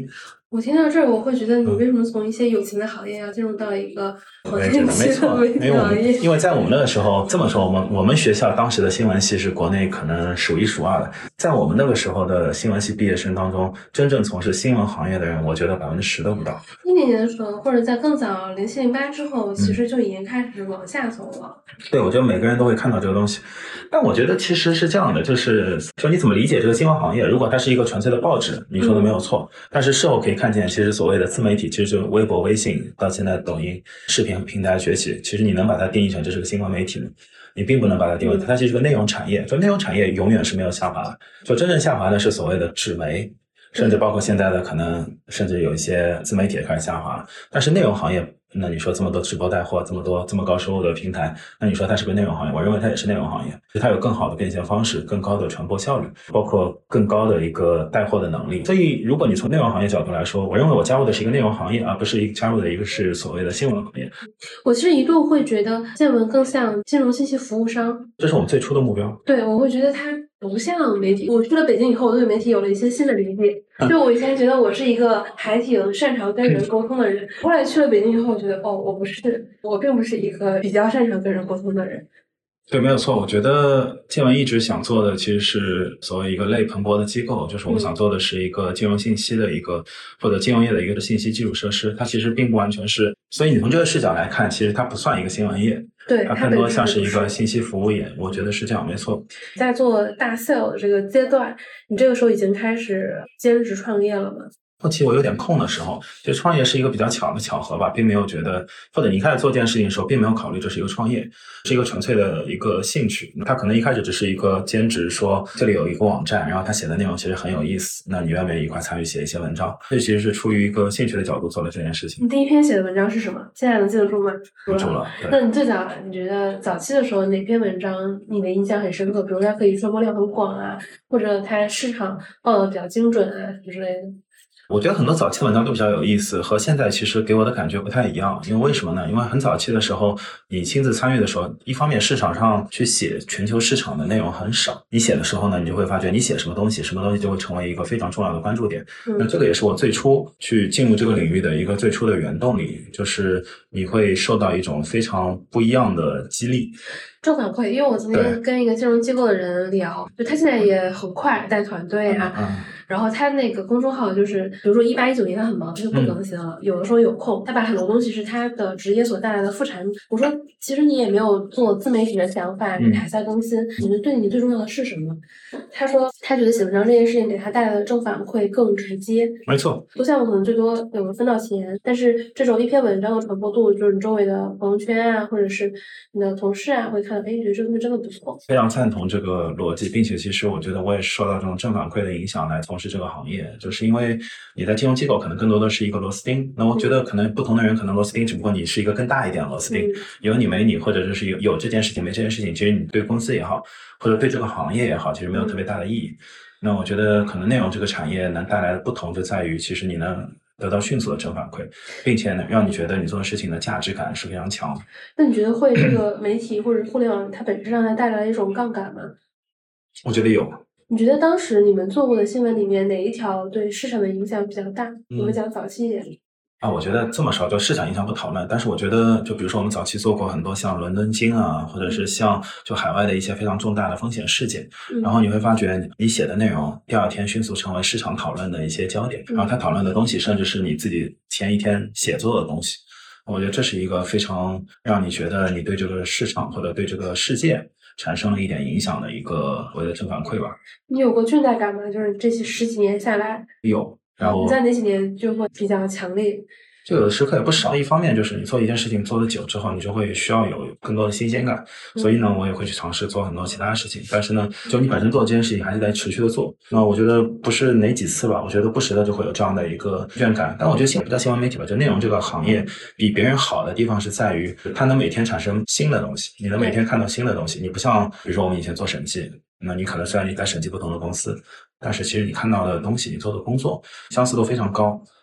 我听到这儿，我会觉得你为什么从一些有钱的行业要进入到一个我也觉得没错，因为在我们那个时候，这么说，我们学校当时的新闻系是国内可能数一数二的。在我们那个时候的新闻系毕业生当中，真正从事新闻行业的人，我觉得10%都不到。 10年的时候，或者在更早07、08之后，其实就已经开始往下走了。 对，我觉得每个人都会看到这个东西。但我觉得其实是这样的，就是说你怎么理解这个新闻行业？如果它是一个纯粹的报纸，你说的没有错。但是事后可以看见，其实所谓的自媒体，其实就是微博、微信到现在抖音视频平台崛起，其实你能把它定义成这是个新闻媒体吗？你并不能把它定位，它是一个内容产业。就内容产业永远是没有下滑的，就真正下滑的是所谓的纸媒，甚至包括现在的可能甚至有一些自媒体也开始下滑。但是内容行业，那你说这么多直播带货，这么高收入的平台，那你说它是不是内容行业？我认为它也是内容行业，它有更好的变现方式，更高的传播效率，包括更高的一个带货的能力。所以如果你从内容行业角度来说，我认为我加入的是一个内容行业，而不是加入的一个是所谓的新闻行业。 我其实一度会觉得见闻更像金融信息服务商， 这是我们最初的目标。 对，我会觉得它不像媒体。我去了北京以后，我对媒体有了一些新的理解。就我以前觉得我是一个还挺擅长跟人沟通的人，后来去了北京以后，我觉得我并不是一个比较擅长跟人沟通的人。 对，没有错。我觉得见闻一直想做的其实是所谓一个类彭博的机构，就是我们想做的是一个金融信息的一个或者金融业的一个信息基础设施，它其实并不完全是。所以你从这个视角来看，其实它不算一个新闻业， 对， 它更多像是一个信息服务业。我觉得是这样，没错。 在做大 sale 的这个阶段，你这个时候已经开始兼职创业了吗？ 后期我有点空的时候，就创业是一个比较巧的巧合吧，并没有觉得，或者你开始做这件事情的时候，并没有考虑这是一个创业，是一个纯粹的一个兴趣。它可能一开始只是一个兼职，说这里有一个网站，然后他写的内容其实很有意思，那你愿不愿意一块参与写一些文章？这其实是出于一个兴趣的角度做了这件事情。 你第一篇写的文章是什么？现在能记得住吗？ 记住了。 那你最早你觉得早期的时候哪篇文章你的印象很深刻？比如它可以传播量很广啊，或者它市场报道比较精准啊什么之类的。 我觉得很多早期的文章都比较有意思，和现在其实给我的感觉不太一样。因为为什么呢？因为很早期的时候，你亲自参与的时候，一方面市场上去写全球市场的内容很少，你写的时候呢，你就会发觉你写什么东西就会成为一个非常重要的关注点。那这个也是我最初去进入这个领域的一个最初的原动力，就是你会受到一种非常不一样的激励。 正反馈，因为我曾经跟一个金融机构的人聊，就他现在也很快带团队啊，然后他那个公众号就是，比如说18、19年他很忙，他就不更新了，有的时候有空，他把很多东西是他的职业所带来的副产品。我说，其实你也没有做自媒体的想法，你还在更新，你们对你最重要的是什么？他说，他觉得写文章这件事情给他带来的正反馈更直接。 没错， 做项目可能最多有个分到钱，但是这种一篇文章的传播度，就是你周围的朋友圈啊，或者是你的同事啊，会看，觉得这东西真的不错。 非常赞同这个逻辑，并且其实我觉得我也是受到这种正反馈的影响来从事这个行业，就是因为你在金融机构可能更多的是一个螺丝钉，那我觉得可能不同的人可能螺丝钉，只不过你是一个更大一点的螺丝钉，有你没你，或者就是有这件事情没这件事情，其实你对公司也好，或者对这个行业也好，其实没有特别大的意义。那我觉得可能内容这个产业能带来的不同就在于，其实你能得到迅速的正反馈，并且呢，让你觉得你做的事情的价值感是非常强的。 那你觉得会这个媒体或者互联网它本质上它带来一种杠杆吗？ 我觉得有。 你觉得当时你们做过的新闻里面哪一条对市场的影响比较大？我们讲早期一点。 我觉得这么说，就市场影响不讨论，但是我觉得，就比如说我们早期做过很多像伦敦金啊，或者是像就海外的一些非常重大的风险事件，然后你会发觉你写的内容第二天迅速成为市场讨论的一些焦点，然后他讨论的东西甚至是你自己前一天写作的东西。我觉得这是一个非常让你觉得你对这个市场或者对这个世界产生了一点影响的一个我的正反馈吧。你有过倦怠感吗？就是这10几年下来有。然后你在哪几年就会比较强烈？ 就有的时刻也不少，一方面就是你做一件事情做得久之后，你就会需要有更多的新鲜感，所以呢，我也会去尝试做很多其他事情。但是呢，就你本身做这件事情还是得持续的做。那我觉得不是哪几次吧，我觉得不时的就会有这样的一个倦感。但我觉得不叫新闻媒体吧，就内容这个行业比别人好的地方是在于，它能每天产生新的东西，你能每天看到新的东西。你不像比如说我们以前做审计，那你可能虽然你在审计不同的公司，但是其实你看到的东西，你做的工作相似度非常高。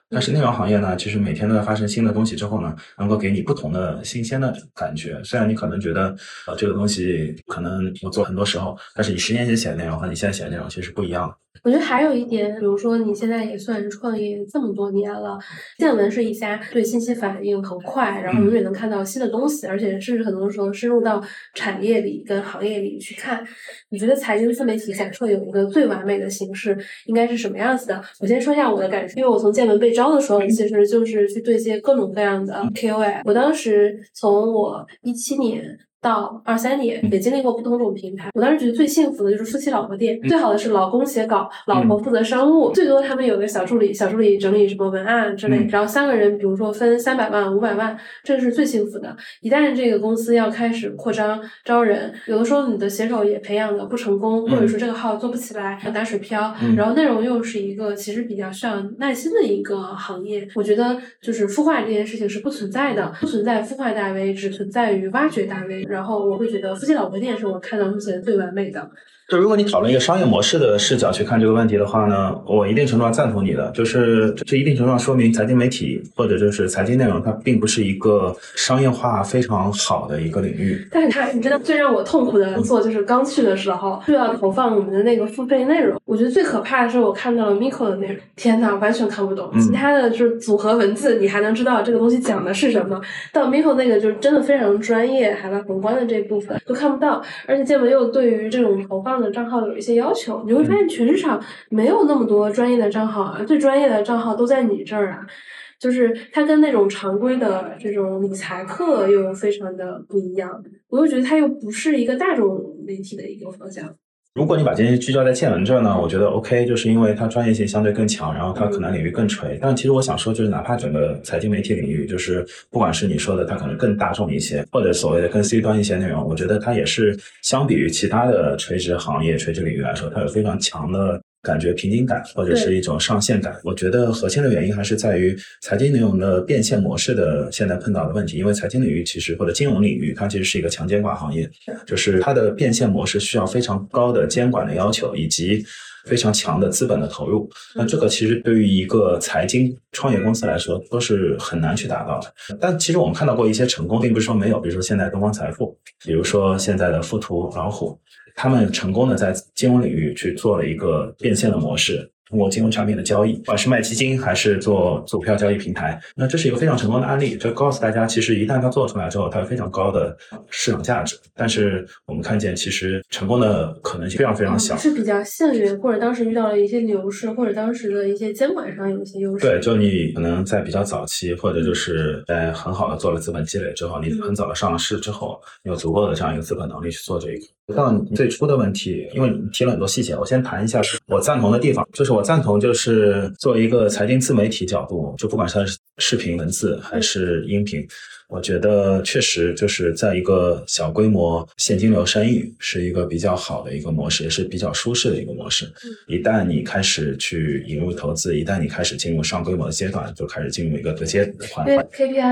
但是内容行业呢，其实每天都在发生新的东西之后呢，能够给你不同的新鲜的感觉。虽然你可能觉得这个东西可能我做很多时候，但是你10年前写的内容和你现在写的内容其实是不一样的。 我觉得还有一点，比如说你现在也算是创业这么多年了，见闻是一家对信息反应很快，然后永远能看到新的东西，而且甚至很多时候深入到产业里跟行业里去看。你觉得财经自媒体假设有一个最完美的形式，应该是什么样子的？我先说一下我的感受，因为我从见闻被招的时候，其实就是去对接各种各样的 KOL。我当时从我17年到23年也经历过不同种平台。我当时觉得最幸福的就是夫妻老婆店，最好的是老公写稿，老婆负责商务，最多他们有个小助理，小助理整理什么文案之类，然后3个人比如说分300万500万，这是最幸福的。一旦这个公司要开始扩张招人，有的时候你的写手也培养的不成功，或者说这个号做不起来，打水漂，然后内容又是一个其实比较需要耐心的一个行业。我觉得就是孵化这件事情是不存在的，不存在孵化大 V，只存在于挖掘大 V。然后我会觉得夫妻老婆店是我看到目前最完美的。 就如果你讨论一个商业模式的视角去看这个问题的话呢，我一定程度上赞同你的，就是这一定程度上说明财经媒体或者就是财经内容它并不是一个商业化非常好的一个领域。 但是你知道最让我痛苦的工作就是刚去的时候就要投放我们的那个付费内容，我觉得最可怕的是我看到了 Miko 的内容，天哪，完全看不懂，其他的就是组合文字你还能知道这个东西讲的是什么，到 Miko 那个就是真的非常专业海外宏观的这部分都看不到，而且见闻又对于这种投放的账号有一些要求，你会发现全市场没有那么多专业的账号啊，最专业的账号都在你这儿啊，就是它跟那种常规的这种理财课又非常的不一样，我又觉得它又不是一个大众媒体的一个方向。 如果你把这些聚焦在见闻这儿呢，我觉得 OK， 就是因为它专业性相对更强，然后它可能领域更垂。但其实我想说，就是哪怕整个财经媒体领域，就是不管是你说的它可能更大众一些，或者所谓的更 C 端一些内容，我觉得它也是相比于其他的垂直行业、垂直领域来说，它有非常强的感觉瓶颈感或者是一种上限感。我觉得核心的原因还是在于财经内容的变现模式的现在碰到的问题，因为财经领域其实或者金融领域它其实是一个强监管行业，就是它的变现模式需要非常高的监管的要求以及非常强的资本的投入，那这个其实对于一个财经创业公司来说都是很难去达到的。但其实我们看到过一些成功，并不是说没有，比如说现在东方财富，比如说现在的富途老虎，他们成功的在金融领域去做了一个变现的模式，通过金融产品的交易，不管是卖基金还是做股票交易平台，那这是一个非常成功的案例。这告诉大家，其实一旦它做出来之后，它有非常高的市场价值。但是我们看见，其实成功的可能性非常非常小。 是比较幸运，或者当时遇到了一些牛市，或者当时的一些监管上有一些优势。 对，就你可能在比较早期，或者就是在很好的做了资本积累之后，你很早的上了市之后，你有足够的这样一个资本能力去做这个。到你最初的问题，因为你提了很多细节，我先谈一下我赞同的地方。就是我赞同，就是作为一个财经自媒体角度，就不管是视频、文字还是音频，我觉得确实就是在一个小规模现金流生意是一个比较好的一个模式，也是比较舒适的一个模式。一旦你开始去引入投资，一旦你开始进入上规模的阶段，就开始进入一个阶段。 因为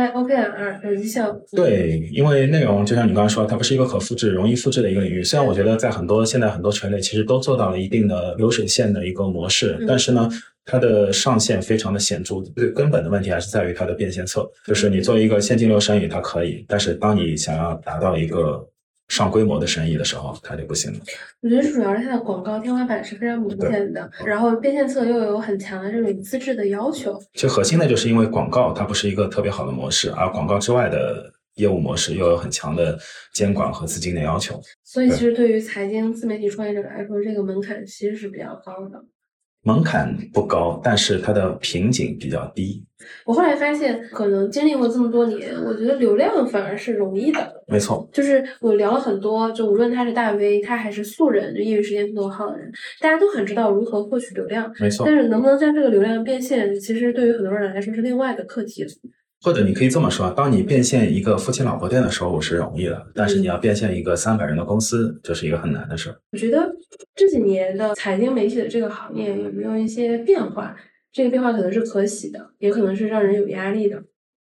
KPI、OKR 绩效。 对，因为内容就像你刚刚说，它不是一个可复制、容易复制的一个领域。虽然我觉得在现在很多垂类其实都做到了一定的流水线的一个模式，但是呢，它的上限非常的显著。最根本的问题还是在于它的变现策，就是你作为一个现金流生意它可以，但是当你想要达到一个上规模的生意的时候，它就不行了。 我觉得主要是它的广告天花板是非常明显的，然后变现策又有很强的这种资质的要求。 其实核心的就是因为广告它不是一个特别好的模式，而广告之外的业务模式又有很强的监管和资金的要求， 所以其实对于财经自媒体创业者来说，这个门槛其实是比较高的。 门槛不高，但是它的瓶颈比较低。 我后来发现，可能经历过这么多年，我觉得流量反而是容易的。 没错， 就是我聊了很多，就无论他是大 V，他还是素人，就业余时间不多好的人，大家都很知道如何获取流量。 没错， 但是能不能将这个流量变现，其实对于很多人来说是另外的课题。 或者你可以这么说，当你变现一个夫妻老婆店的收入是容易的，但是你要变现一个300人的公司，这是一个很难的事。 我觉得这几年的财经媒体的这个行业有没有一些变化？这个变化可能是可喜的，也可能是让人有压力的。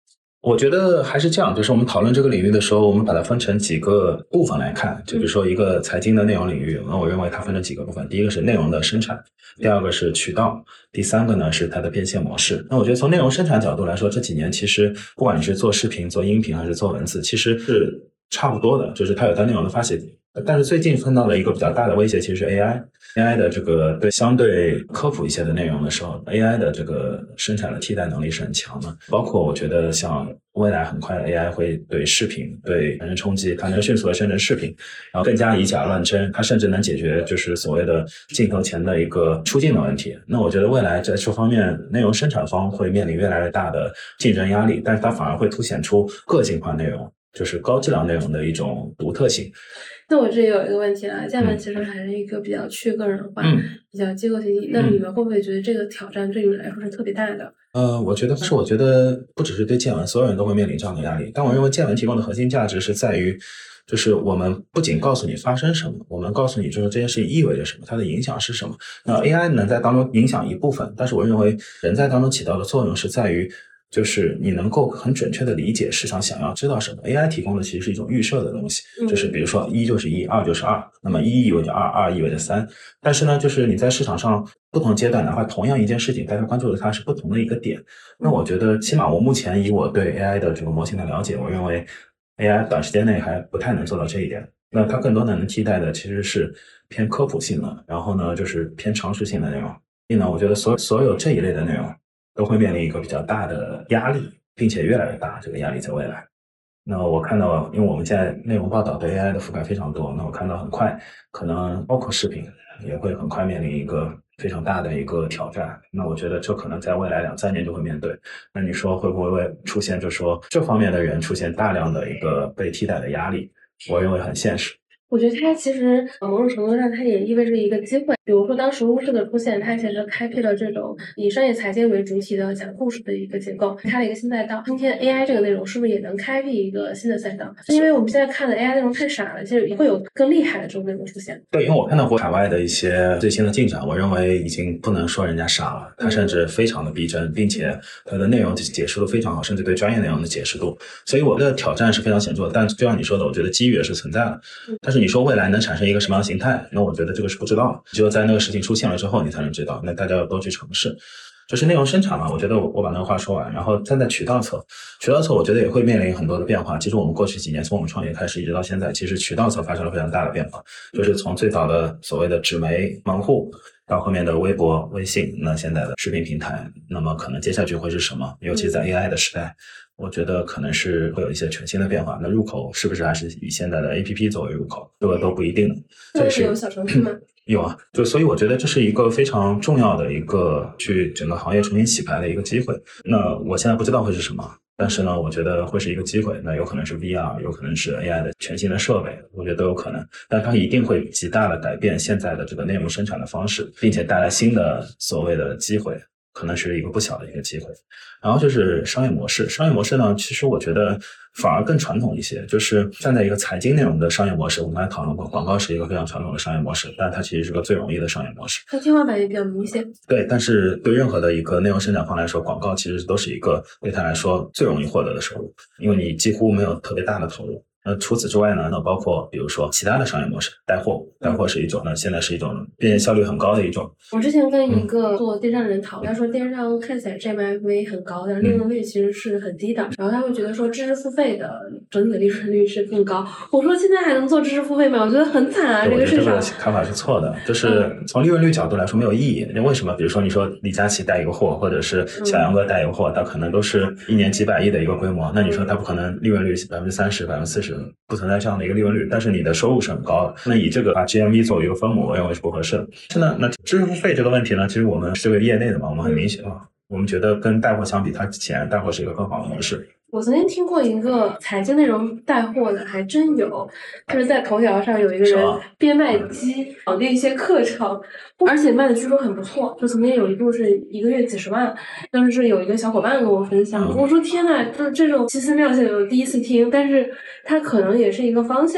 我觉得还是这样，就是我们讨论这个领域的时候，我们把它分成几个部分来看。就比如说一个财经的内容领域，那我认为它分成几个部分。第一个是内容的生产，第二个是渠道，第三个呢是它的变现模式。那我觉得从内容生产角度来说，这几年其实不管你是做视频、做音频还是做文字，其实是差不多的，就是它有它内容的发泄点。但是最近碰到了一个比较大的威胁，其实是 AI。AI 的这个相对科普一些的内容的时候 ，AI 的这个生产的替代能力是很强的。包括我觉得像未来很快 AI 会对视频对产生冲击，它能迅速的生成视频，然后更加以假乱真，它甚至能解决就是所谓的镜头前的一个出镜的问题。那我觉得未来在这方面，内容生产方会面临越来越大的竞争压力，但是它反而会凸显出个性化内容，就是高质量内容的一种独特性。 那我这里有一个问题了，下面其实还是一个比较去个人化、比较机构经济。那你们会不会觉得这个挑战对你们来说是特别大的？ 我觉得不只是对建文，所有人都会面临这样的压力。但我认为建文提供的核心价值是在于，就是我们不仅告诉你发生什么，我们告诉你就是这件事情意味着什么，它的影响是什么。那 AI 能在当中影响一部分，但是我认为人在当中起到的作用是在于，就是你能够很准确的理解市场想要知道什么。AI 提供的其实是一种预设的东西，就是比如说1就是1，2就是2，那么1意味着2，2意味着3。但是呢，就是你在市场上不同阶段，哪怕同样一件事情，大家关注的它是不同的一个点。那我觉得，起码我目前以我对 AI 的这个模型的了解，我认为 AI 短时间内还不太能做到这一点。那它更多的能替代的其实是偏科普性的，然后呢，就是偏常识性的内容。所以呢，我觉得所有这一类的内容都会面临一个比较大的压力，并且越来越大，这个压力在未来。那我看到，因为我们现在内容报道对 AI 的覆盖非常多，那我看到很快，可能包括视频也会很快面临一个非常大的一个挑战。那我觉得这可能在未来2、3年就会面对。那你说会不会出现，就是说这方面的人出现大量的一个被替代的压力？我认为很现实。 我觉得它其实某种程度上，它也意味着一个机会。比如说，当时巫师的出现，它其实开辟了这种以商业财经为主体的讲故事的一个结构，开了一个新赛道。今天 AI 这个内容是不是也能开辟一个新的赛道？因为我们现在看的 AI 内容太傻了，其实也会有更厉害的这种内容出现。 对，因为我看到过海外的一些最新的进展，我认为已经不能说人家傻了，它甚至非常的逼真，并且它的内容解释度非常好，甚至对专业内容的解释度。所以我的挑战是非常显著的，但就像你说的，我觉得机遇也是存在的。但是你说未来能产生一个什么样的形态，那我觉得这个是不知道的，只有在那个事情出现了之后，你才能知道。那大家要多去尝试。就是内容生产嘛，我觉得我把那个话说完，然后站在渠道侧，我觉得也会面临很多的变化。其实我们过去几年，从我们创业开始一直到现在，其实渠道侧发生了非常大的变化，就是从最早的所谓的纸媒门户，到后面的微博、微信，那现在的视频平台，那么可能接下去会是什么？尤其在 AI 的时代，我觉得可能是会有一些全新的变化。那入口是不是还是以现在的 APP 作为入口？这个都不一定。 这是有小程序吗？ 有啊，所以我觉得这是一个非常重要的一个去整个行业重新洗牌的一个机会。那我现在不知道会是什么，但是呢，我觉得会是一个机会。那有可能是 VR，有可能是 AI 的全新的设备，我觉得都有可能。但它一定会极大的改变现在的这个内容生产的方式，并且带来新的所谓的机会。可能是一个不小的一个机会。然后就是商业模式，商业模式呢，其实我觉得反而更传统一些，就是站在一个财经内容的商业模式，我们还讨论过，广告是一个非常传统的商业模式，但它其实是个最容易的商业模式。 它天花板也比较明显。 对，但是对任何的一个内容生产方来说，广告其实都是一个对他来说最容易获得的收入，因为你几乎没有特别大的投入。除此之外呢，那包括比如说其他的商业模式，带货是一种，那现在是一种变现效率很高的一种。 我之前跟一个做电商的人讨论，他说电商看起来 GMV 很高，但是利润率其实是很低的。然后他会觉得说知识付费的整体的利润率是更高。我说现在还能做知识付费吗？我觉得很惨啊，这个市场。 这个看法是错的，就是从利润率角度来说没有意义。为什么？比如说你说李佳琦带一个货，或者是小杨哥带一个货，它可能都是一年几百亿的一个规模，那你说它不可能利润率30%、40%。不存在这样的一个利润率，但是你的收入是很高的。那以这个把 GMV 作为一个分母，我认为是不合适的。是呢，那知识付费这个问题呢，其实我们是个业内的嘛，我们很明显啊，我们觉得跟带货相比，它显然带货是一个更好的模式。 我曾经听过一个财经内容带货的，还真有，就是在头条上有一个人边卖鸡绑定一些课程，而且卖的据说很不错，就曾经有一度是1个月几十万。当时是有一个小伙伴跟我分享，我说天呐，就是这种奇思妙想我第一次听，但是它可能也是一个方向。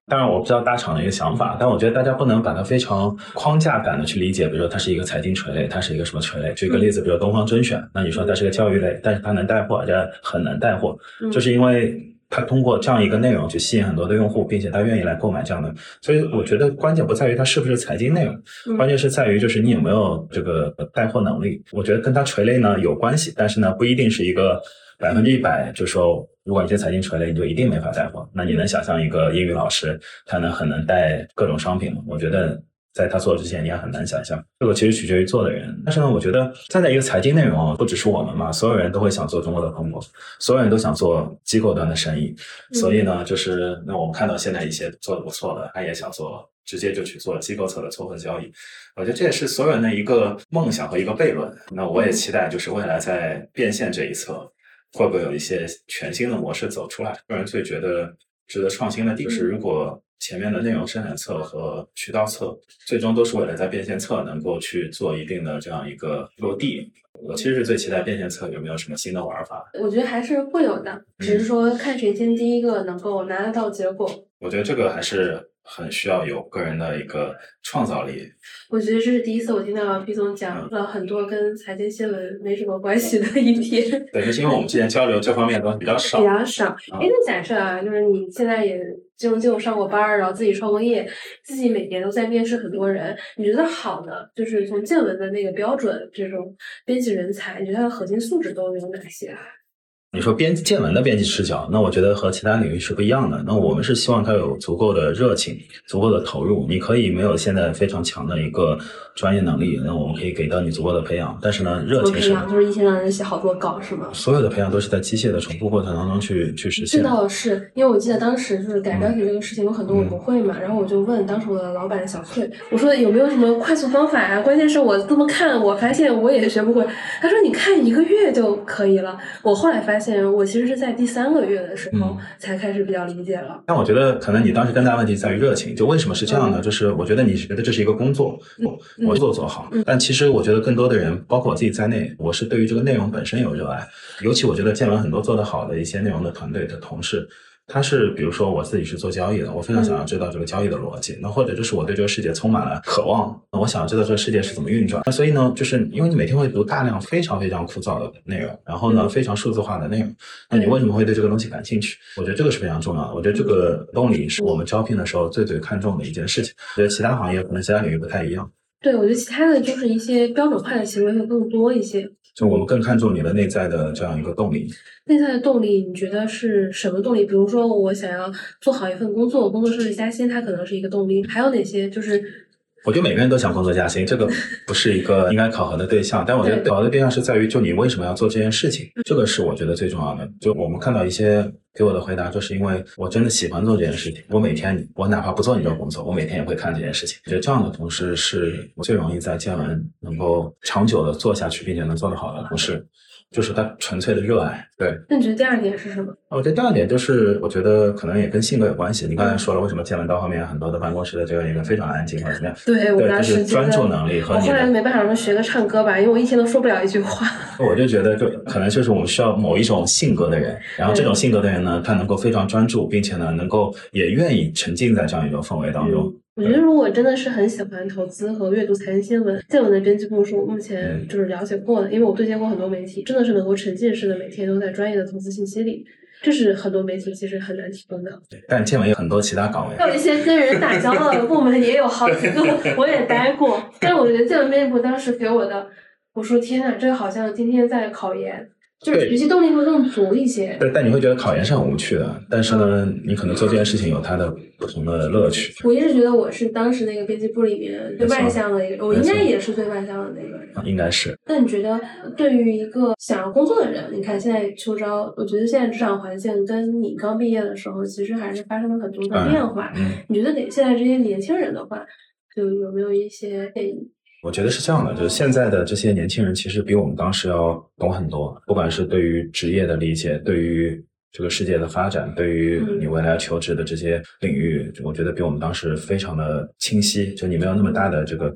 当然我不知道大厂的一个想法，但我觉得大家不能把它非常框架感的去理解，比如说它是一个财经垂类，它是一个什么垂类。举个例子，比如东方甄选，那你说它是个教育类，但是它能带货，这很难带货，就是因为它通过这样一个内容去吸引很多的用户，并且他愿意来购买这样的。所以我觉得关键不在于它是不是财经内容，关键是在于就是你有没有这个带货能力。我觉得跟它垂类呢有关系，但是呢不一定是一个100%，就是说如果你是财经垂类，你就一定没法带货。那你能想象一个英语老师他很能带各种商品吗？我觉得在他做之前你也很难想象，这个其实取决于做的人。但是呢，我觉得站在一个财经内容，不只是我们嘛，所有人都会想做中国的蓬勃，所有人都想做机构端的生意。所以呢，就是那我们看到现在一些做的不错的，他也想做，直接就去做机构侧的撮合交易。我觉得这也是所有人的一个梦想和一个悖论。那我也期待就是未来在变现这一侧会不会有一些全新的模式走出来。个人最觉得值得创新的就是如果前面的内容生产侧和渠道侧最终都是为了在变现侧能够去做一定的这样一个落地。我其实是最期待变现侧有没有什么新的玩法。 我觉得还是会有的，只是说看谁先第一个能够拿得到结果。 我觉得这个还是很需要有个人的一个创造力。 我觉得这是第一次我听到毕总讲了很多跟财经新闻没什么关系的一篇。 对，就是因为我们之前交流这方面的东西比较少。 那假设啊，就是你现在也金融上过班，然后自己创过业，自己每年都在面试很多人，你觉得好的就是从见闻的那个标准，这种编辑人才，你觉得它的核心素质都有哪些啊？ 你说见闻的编辑视角，那我觉得和其他领域是不一样的。那我们是希望他有足够的热情，足够的投入。你可以没有现在非常强的一个专业能力，那我们可以给到你足够的培养。但是呢，热情是培养就是一天让人写好多稿是吗？ 所有的培养都是在机械的重复过程当中去实现。 这倒是，因为我记得当时就是改标题这个事情有很多我不会嘛，然后我就问当时我的老板小翠，我说有没有什么快速方法啊？关键是我这么看，我发现我也学不会。他说你看1个月就可以了。我后来发现我其实是在第3个月的时候才开始比较理解了。 但我觉得可能你当时更大问题在于热情，就为什么是这样呢？就是我觉得你觉得这是一个工作，我做好。但其实我觉得更多的人，包括我自己在内，我是对于这个内容本身有热爱。尤其我觉得见闻很多做得好的一些内容的团队的同事，他是比如说我自己是做交易的，我非常想要知道这个交易的逻辑，那或者就是我对这个世界充满了渴望，我想要知道这个世界是怎么运转。那所以呢，就是因为你每天会读大量非常非常枯燥的内容，然后呢非常数字化的内容，那你为什么会对这个东西感兴趣？我觉得这个是非常重要的。我觉得这个动力是我们招聘的时候最看重的一件事情。我觉得其他行业可能其他领域不太一样。 对，我觉得其他的就是一些标准化的行为会更多一些。 就我们更看重你的内在的这样一个动力。 内在的动力，你觉得是什么动力？比如说，我想要做好一份工作，工作顺利加薪，它可能是一个动力。还有哪些？就是我觉得每个人都想工作加薪，这个不是一个应该考核的对象。但我觉得考核的对象是在于，就你为什么要做这件事情，这个是我觉得最重要的。就我们看到一些给我的回答，就是因为我真的喜欢做这件事情，我每天我哪怕不做你这个工作，我每天也会看这件事情。我觉得这样的同事是最容易在见闻能够长久的做下去，并且能做得好的同事。就是他纯粹的热爱。对， 那你觉得第二点是什么？ 我觉得第二点就是，我觉得可能也跟性格有关系。你刚才说了，为什么见闻到后面很多的办公室的这个人非常安静或者怎么样？ 对，我当时就是专注能力和你的。 我后来没办法说学个唱歌吧，因为我一天都说不了一句话。 我就觉得可能就是我们需要某一种性格的人，然后这种性格的人呢，他能够非常专注，并且呢，能够也愿意沉浸在这样一种氛围当中。 我觉得如果真的是很喜欢投资和阅读财经新闻，见闻的编辑部是我目前就是了解过的，因为我对接过很多媒体，真的是能够沉浸式的每天都在专业的投资信息里，这是很多媒体其实很难提供的。 但见闻有很多其他岗位， 有一些跟人打交道的部门也有好几个，我也待过。但是我觉得见闻编辑部当时给我的，我说天哪，这好像今天在考研。就是学习动力会更足一些。 对，但你会觉得考研是很无趣的。但是呢，你可能做这件事情有它的不同的乐趣。 我一直觉得我是当时那个编辑部里面最外向的一个，我应该也是最外向的那个人。 应该是。 那你觉得对于一个想要工作的人，你看现在秋招，我觉得现在职场环境跟你刚毕业的时候其实还是发生了很多的变化。你觉得现在这些年轻人的话，就有没有一些建议？ 我觉得是这样的，就是现在的这些年轻人其实比我们当时要懂很多，不管是对于职业的理解，对于这个世界的发展，对于你未来求职的这些领域，我觉得比我们当时非常的清晰，就你没有那么大的这个 gap。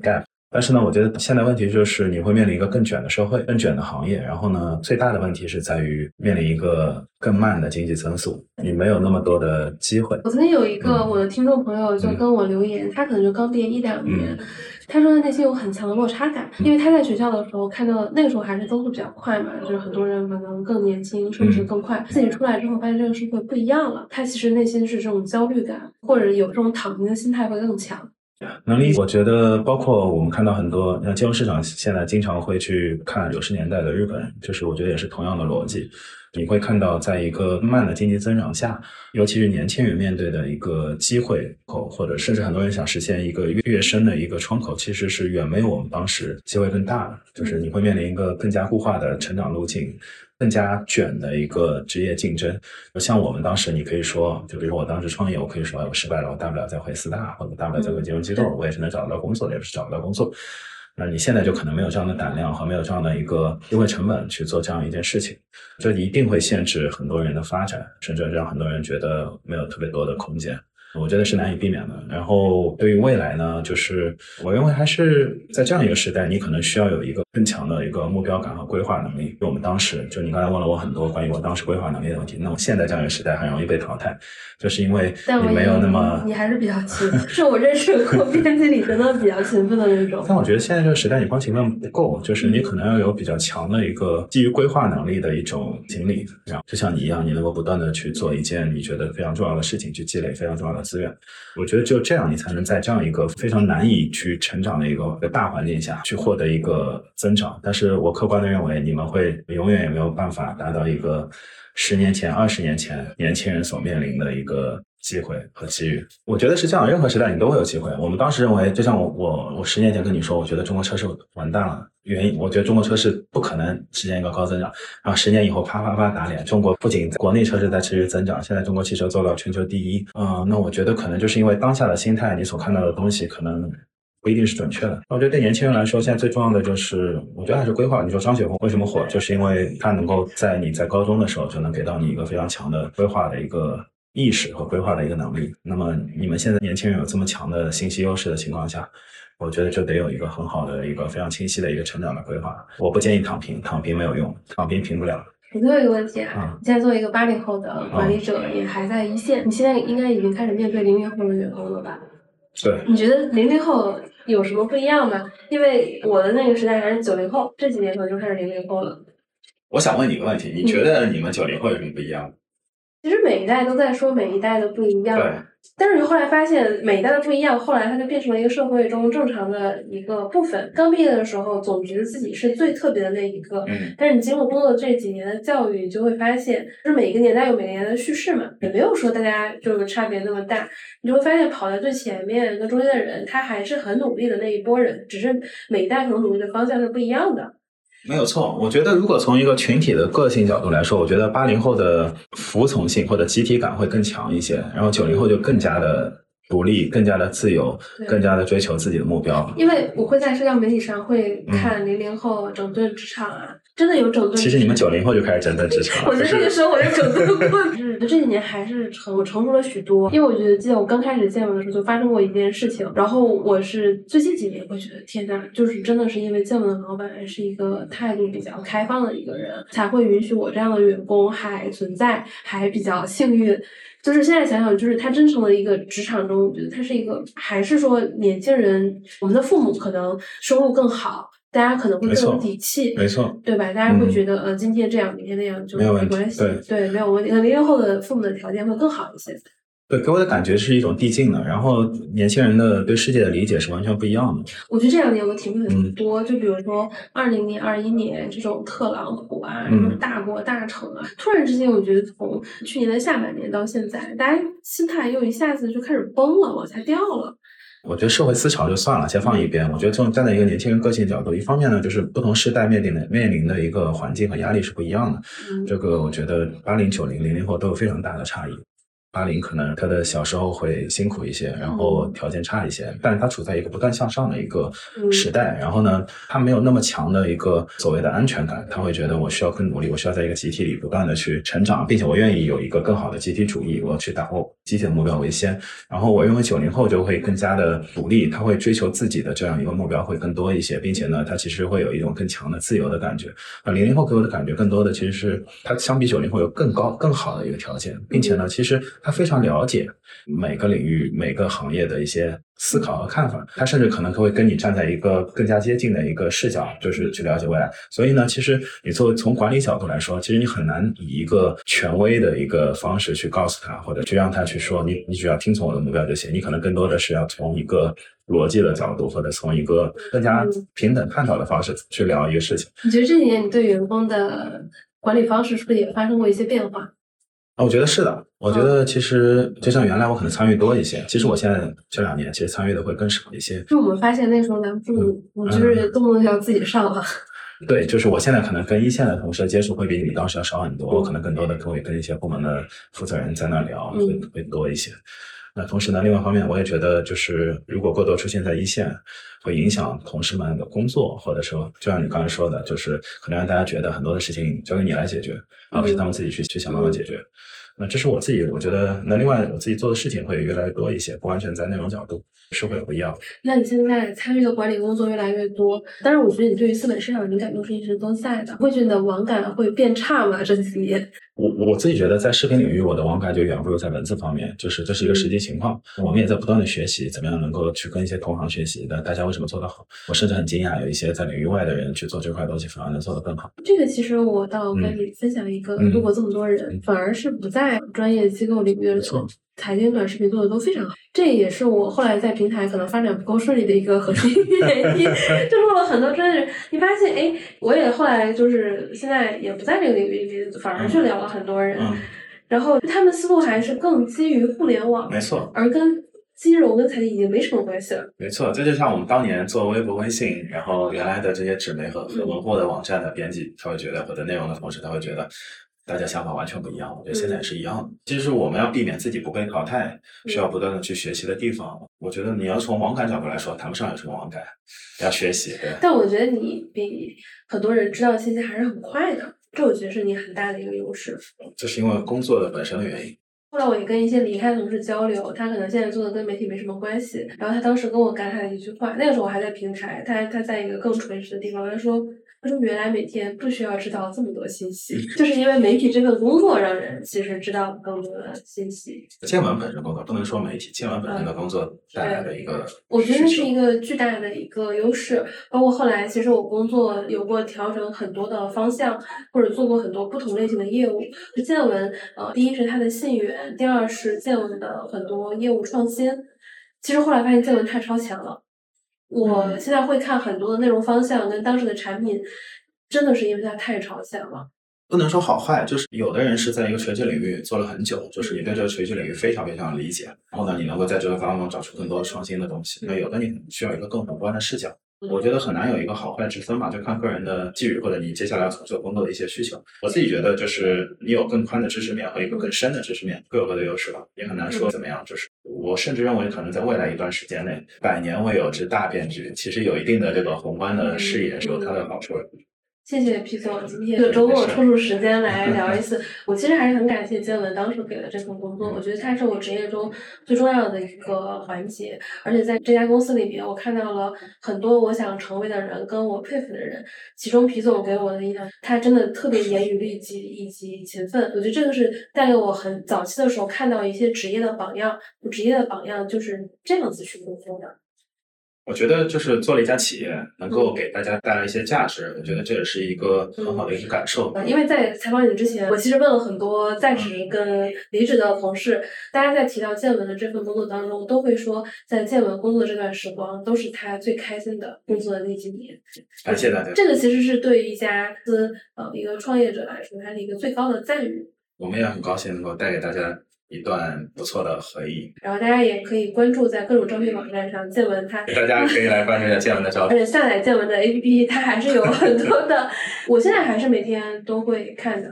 但是呢，我觉得现在问题就是你会面临一个更卷的社会、更卷的行业，然后呢，最大的问题是在于面临一个更慢的经济增速，你没有那么多的机会。 我曾经有一个我的听众朋友就跟我留言，他可能就刚毕业1-2年，他说他内心有很强的落差感，因为他在学校的时候看到那个时候还是增速比较快嘛，就是很多人可能更年轻，甚至更快，自己出来之后发现这个社会不一样了，他其实内心是这种焦虑感，或者有这种躺平的心态会更强。 能理解，我觉得包括我们看到很多，像金融市场现在经常会去看90年代的日本，就是我觉得也是同样的逻辑。你会看到，在一个慢的经济增长下，尤其是年轻人面对的一个机会口，或者甚至很多人想实现一个跃升的一个窗口，其实是远没有我们当时机会更大的。就是你会面临一个更加固化的成长路径，更加卷的一个职业竞争。像我们当时，你可以说，就比如说我当时创业，我可以说我失败了，我大不了再回四大，或者大不了再回金融机构，我也是能找得到工作的，也不是找不到工作。那你现在就可能没有这样的胆量和没有这样的一个机会成本去做这样一件事情，这一定会限制很多人的发展，甚至让很多人觉得没有特别多的空间。我觉得是难以避免的。然后对于未来呢，就是我认为还是在这样一个时代，你可能需要有一个更强的一个目标感和规划能力。我们当时就你刚才问了我很多关于我当时规划能力的问题，那我现在这样一个时代很容易被淘汰，就是因为你没有那么， 你还是比较勤奋，是我认识过编辑里真的比较勤奋的那种。 但我觉得现在这个时代，你光勤奋不够，就是你可能要有比较强的一个基于规划能力的一种经历，然后就像你一样，你能够不断的去做一件你觉得非常重要的事情，去积累非常重要的资源。我觉得只有这样，你才能在这样一个非常难以去成长的一个大环境下去获得一个增长。但是我客观的认为，你们会永远也没有办法达到一个10年前、20年前年轻人所面临的一个机会和机遇。我觉得是这样，任何时代你都会有机会。我们当时认为，就像我10年前跟你说，我觉得中国车是完蛋了，原因我觉得中国车是不可能实现一个高增长，然后10年以后啪啪啪打脸，中国不仅国内车市在持续增长，现在中国汽车做到全球第一。那我觉得可能就是因为当下的心态，你所看到的东西可能不一定是准确的。我觉得对年轻人来说，现在最重要的就是，我觉得还是规划。你说张雪峰为什么火，就是因为他能够在你在高中的时候就能给到你一个非常强的规划的一个意识和规划的一个能力。那么你们现在年轻人有这么强的信息优势的情况下，我觉得就得有一个很好的一个非常清晰的一个成长的规划。我不建议躺平，躺平没有用，躺平平不了。 我最后一个问题你现在作为一个80后的管理者，也还在一线，你现在应该已经开始面对00后的员工了吧？ 对。 你觉得00后有什么不一样吗？因为我的那个时代还是90后，这几年可能就开始00后了。 我想问你一个问题，你觉得你们90后有什么不一样？ 其实每一代都在说每一代的不一样， 对。 但是你后来发现每一代的不一样，后来它就变成了一个社会中正常的一个部分。刚毕业的时候总觉得自己是最特别的那一个，但是你经过工作这几年的教育，你就会发现，就是每一个年代有每个年代的叙事嘛，也没有说大家就是差别那么大。你就会发现跑在最前面跟中间的人，他还是很努力的那一波人，只是每一代可能努力的方向是不一样的。 没有错，我觉得如果从一个群体的个性角度来说，我觉得80后的服从性或者集体感会更强一些，然后90后就更加的独立，更加的自由，更加的追求自己的目标。 因为我会在社交媒体上会看00后整顿职场真的有整顿。 其实你们90后就开始整顿职场了。 我觉得那个时候我就整顿过，这几年还是成熟了许多。因为我觉得记得我刚开始见闻的时候就发生过一件事情，然后我是最近几年会觉得天哪，就是真的是因为见闻的老板是一个态度比较开放的一个人，才会允许我这样的员工还存在，还比较幸运。就是现在想想，就是他真诚的一个职场中，我觉得他是一个，还是说年轻人，我们的父母可能收入更好，大家可能会更有底气， 没错， 对吧？大家会觉得今天这样，明天那样就没关系，对，没有问题。00后的父母的条件会更好一些。 对，给我的感觉是一种递进的，然后年轻人的对世界的理解是完全不一样的。 我觉得这2年我体会很多，就比如说20年、21年这种特朗普这种大国大城突然之间我觉得从去年的下半年到现在，大家心态又一下子就开始崩了，往下掉了。 我觉得社会思潮就算了，先放一边。我觉得从站在一个年轻人个性角度，一方面呢，就是不同世代面临的一个环境和压力是不一样的。这个我觉得80、90、00后都有非常大的差异。 80可能他的小时候会辛苦一些，然后条件差一些，但是他处在一个不断向上的一个时代，然后呢，他没有那么强的一个所谓的安全感，他会觉得我需要更努力，我需要在一个集体里不断的去成长，并且我愿意有一个更好的集体主义，我要去打握集体的目标为先。然后我认为90后就会更加的独立，他会追求自己的这样一个目标会更多一些，并且呢，他其实会有一种更强的自由的感觉。00后给我的感觉更多的其实是他相比90后有更高更好的一个条件，并且呢，其实他非常了解每个领域每个行业的一些思考和看法，他甚至可能会跟你站在一个更加接近的一个视角，就是去了解未来。所以呢，其实你作为从管理角度来说，其实你很难以一个权威的一个方式去告诉他，或者去让他去说你只要听从我的目标就行，你可能更多的是要从一个逻辑的角度，或者从一个更加平等探讨的方式去聊一个事情。 你觉得这几年你对员工的管理方式是不是也发生过一些变化？ 我觉得是的，我觉得其实就像原来我可能参与多一些，其实我现在这2年其实参与的会更少一些。 就我们发现那时候咱部你就是动不动就要自己上了。 对，就是我现在可能跟一线的同事接触会比你当时要少很多，我可能更多的会跟一些部门的负责人在那聊，会多一些。那同时呢，另外一方面我也觉得就是如果过多出现在一线，会影响同事们的工作，或者说就像你刚才说的，就是可能让大家觉得很多的事情交给你来解决，而不是他们自己去想办法解决。那这是我自己，我觉得那另外我自己做的事情会越来越多一些，不完全在内容角度是会不一样。 那你现在参与的管理工作越来越多，当然我觉得你对于资本市场的敏感度是一直都在的，会觉得你的网感会变差吗？这几年？ 我自己觉得在视频领域我的网感就远不如在文字方面，就是这是一个实际情况。我们也在不断的学习怎么样能够去跟一些同行学习的，大家为什么做得好。我甚至很惊讶有一些在领域外的人去做这块东西反而能做得更好。 这个其实我倒跟你分享一个，如果这么多人反而是不在专业机构领域的人，财经短视频做的都非常好，这也是我后来在平台可能发展不够顺利的一个核心原因。就录了很多专业人，你发现哎，我也后来就是现在也不在这个领域里，反而去聊了很多人，然后他们思路还是更基于互联网， 没错， 而跟金融跟财经已经没什么关系了。 没错，这就像我们当年做微博、微信，然后原来的这些纸媒和文货的网站的编辑，他会觉得，或者内容的同事，他会觉得大家想法完全不一样。我觉得现在也是一样的。其实我们要避免自己不被淘汰，需要不断的去学习的地方。我觉得你要从网感角度来说，谈不上有什么网感，要学习。对。 但我觉得你比很多人知道的信息还是很快的，这我觉得是你很大的一个优势。 这是因为工作的本身的原因。 后来我也跟一些离开的同事交流，他可能现在做的跟媒体没什么关系，然后他当时跟我感慨了一句话，那个时候我还在平台，他在一个更垂直的地方，他说原来每天不需要知道这么多信息，就是因为媒体这份工作让人其实知道更多的信息。 见闻本身工作不能说媒体，见闻本身的工作带来的一个， 我觉得是一个巨大的一个优势。包括后来其实我工作有过调整很多的方向，或者做过很多不同类型的业务。见闻第一是它的信源，第二是见闻的很多业务创新。其实后来发现见闻太超强了。我现在会看很多的内容方向跟当时的产品，真的是因为它太超前了。 不能说好坏，就是有的人是在一个垂直领域做了很久，就是你对这个垂直领域非常非常理解，然后呢，你能够在这个当中找出更多创新的东西。那有的你需要一个更宏观的视角。我觉得很难有一个好坏之分吧，就看个人的际遇或者你接下来要从事工作的一些需求。我自己觉得就是你有更宽的知识面和一个更深的知识面，各有各的优势吧，也很难说怎么样。就是我甚至认为可能在未来一段时间内，100年未有之大变局，其实有一定的这个宏观的视野是有它的好处的。 谢谢皮总今天这个周末抽出时间来聊一次。我其实还是很感谢见闻当时给的这份工作，我觉得它是我职业中最重要的一个环节，而且在这家公司里面，我看到了很多我想成为的人跟我佩服的人，其中皮总给我的印象，他真的特别严于律己以及勤奋，我觉得这个是带给我很早期的时候看到一些职业的榜样，职业的榜样就是这样子去工作的。 我觉得就是做了一家企业，能够给大家带来一些价值，我觉得这也是一个很好的一个感受。 因为在采访你之前，我其实问了很多在职跟离职的同事，大家在提到见闻的这份工作当中，都会说在见闻工作这段时光都是他最开心的工作的那几年。 感谢大家。 这个其实是对于一家一个创业者来说，它是一个最高的赞誉。 我们也很高兴能够带给大家一段不错的回忆， 然后大家也可以关注在各种招聘网站上见闻它， 大家可以来关注一下见闻的招聘， 而且下载见闻的 APP， 它还是有很多的，我现在还是每天都会看的。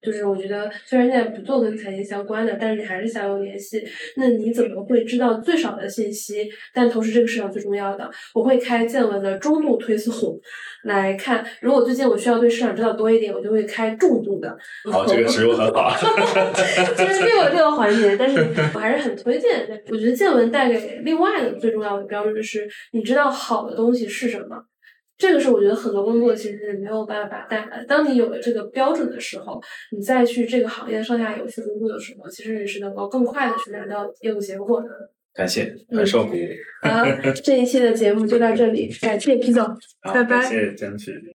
就是我觉得虽然现在不做跟财经相关的，但是你还是想有联系，那你怎么会知道最少的信息，但同时这个是最重要的？我会开见闻的中度推送来看，如果最近我需要对市场知道多一点，我就会开重度的。 好，这个植入很好。 其实这个环节，但是我还是很推荐。我觉得见闻带给另外的最重要的标准是，你知道好的东西是什么。这个是我觉得很多工作其实是没有办法带来的。当你有了这个标准的时候，你再去这个行业上下游去工作的时候，其实你是能够更快的去拿到业务结果的。 感谢，很受鼓舞。 好，这一期的节目就到这里，感谢皮总，拜拜。 谢谢争取。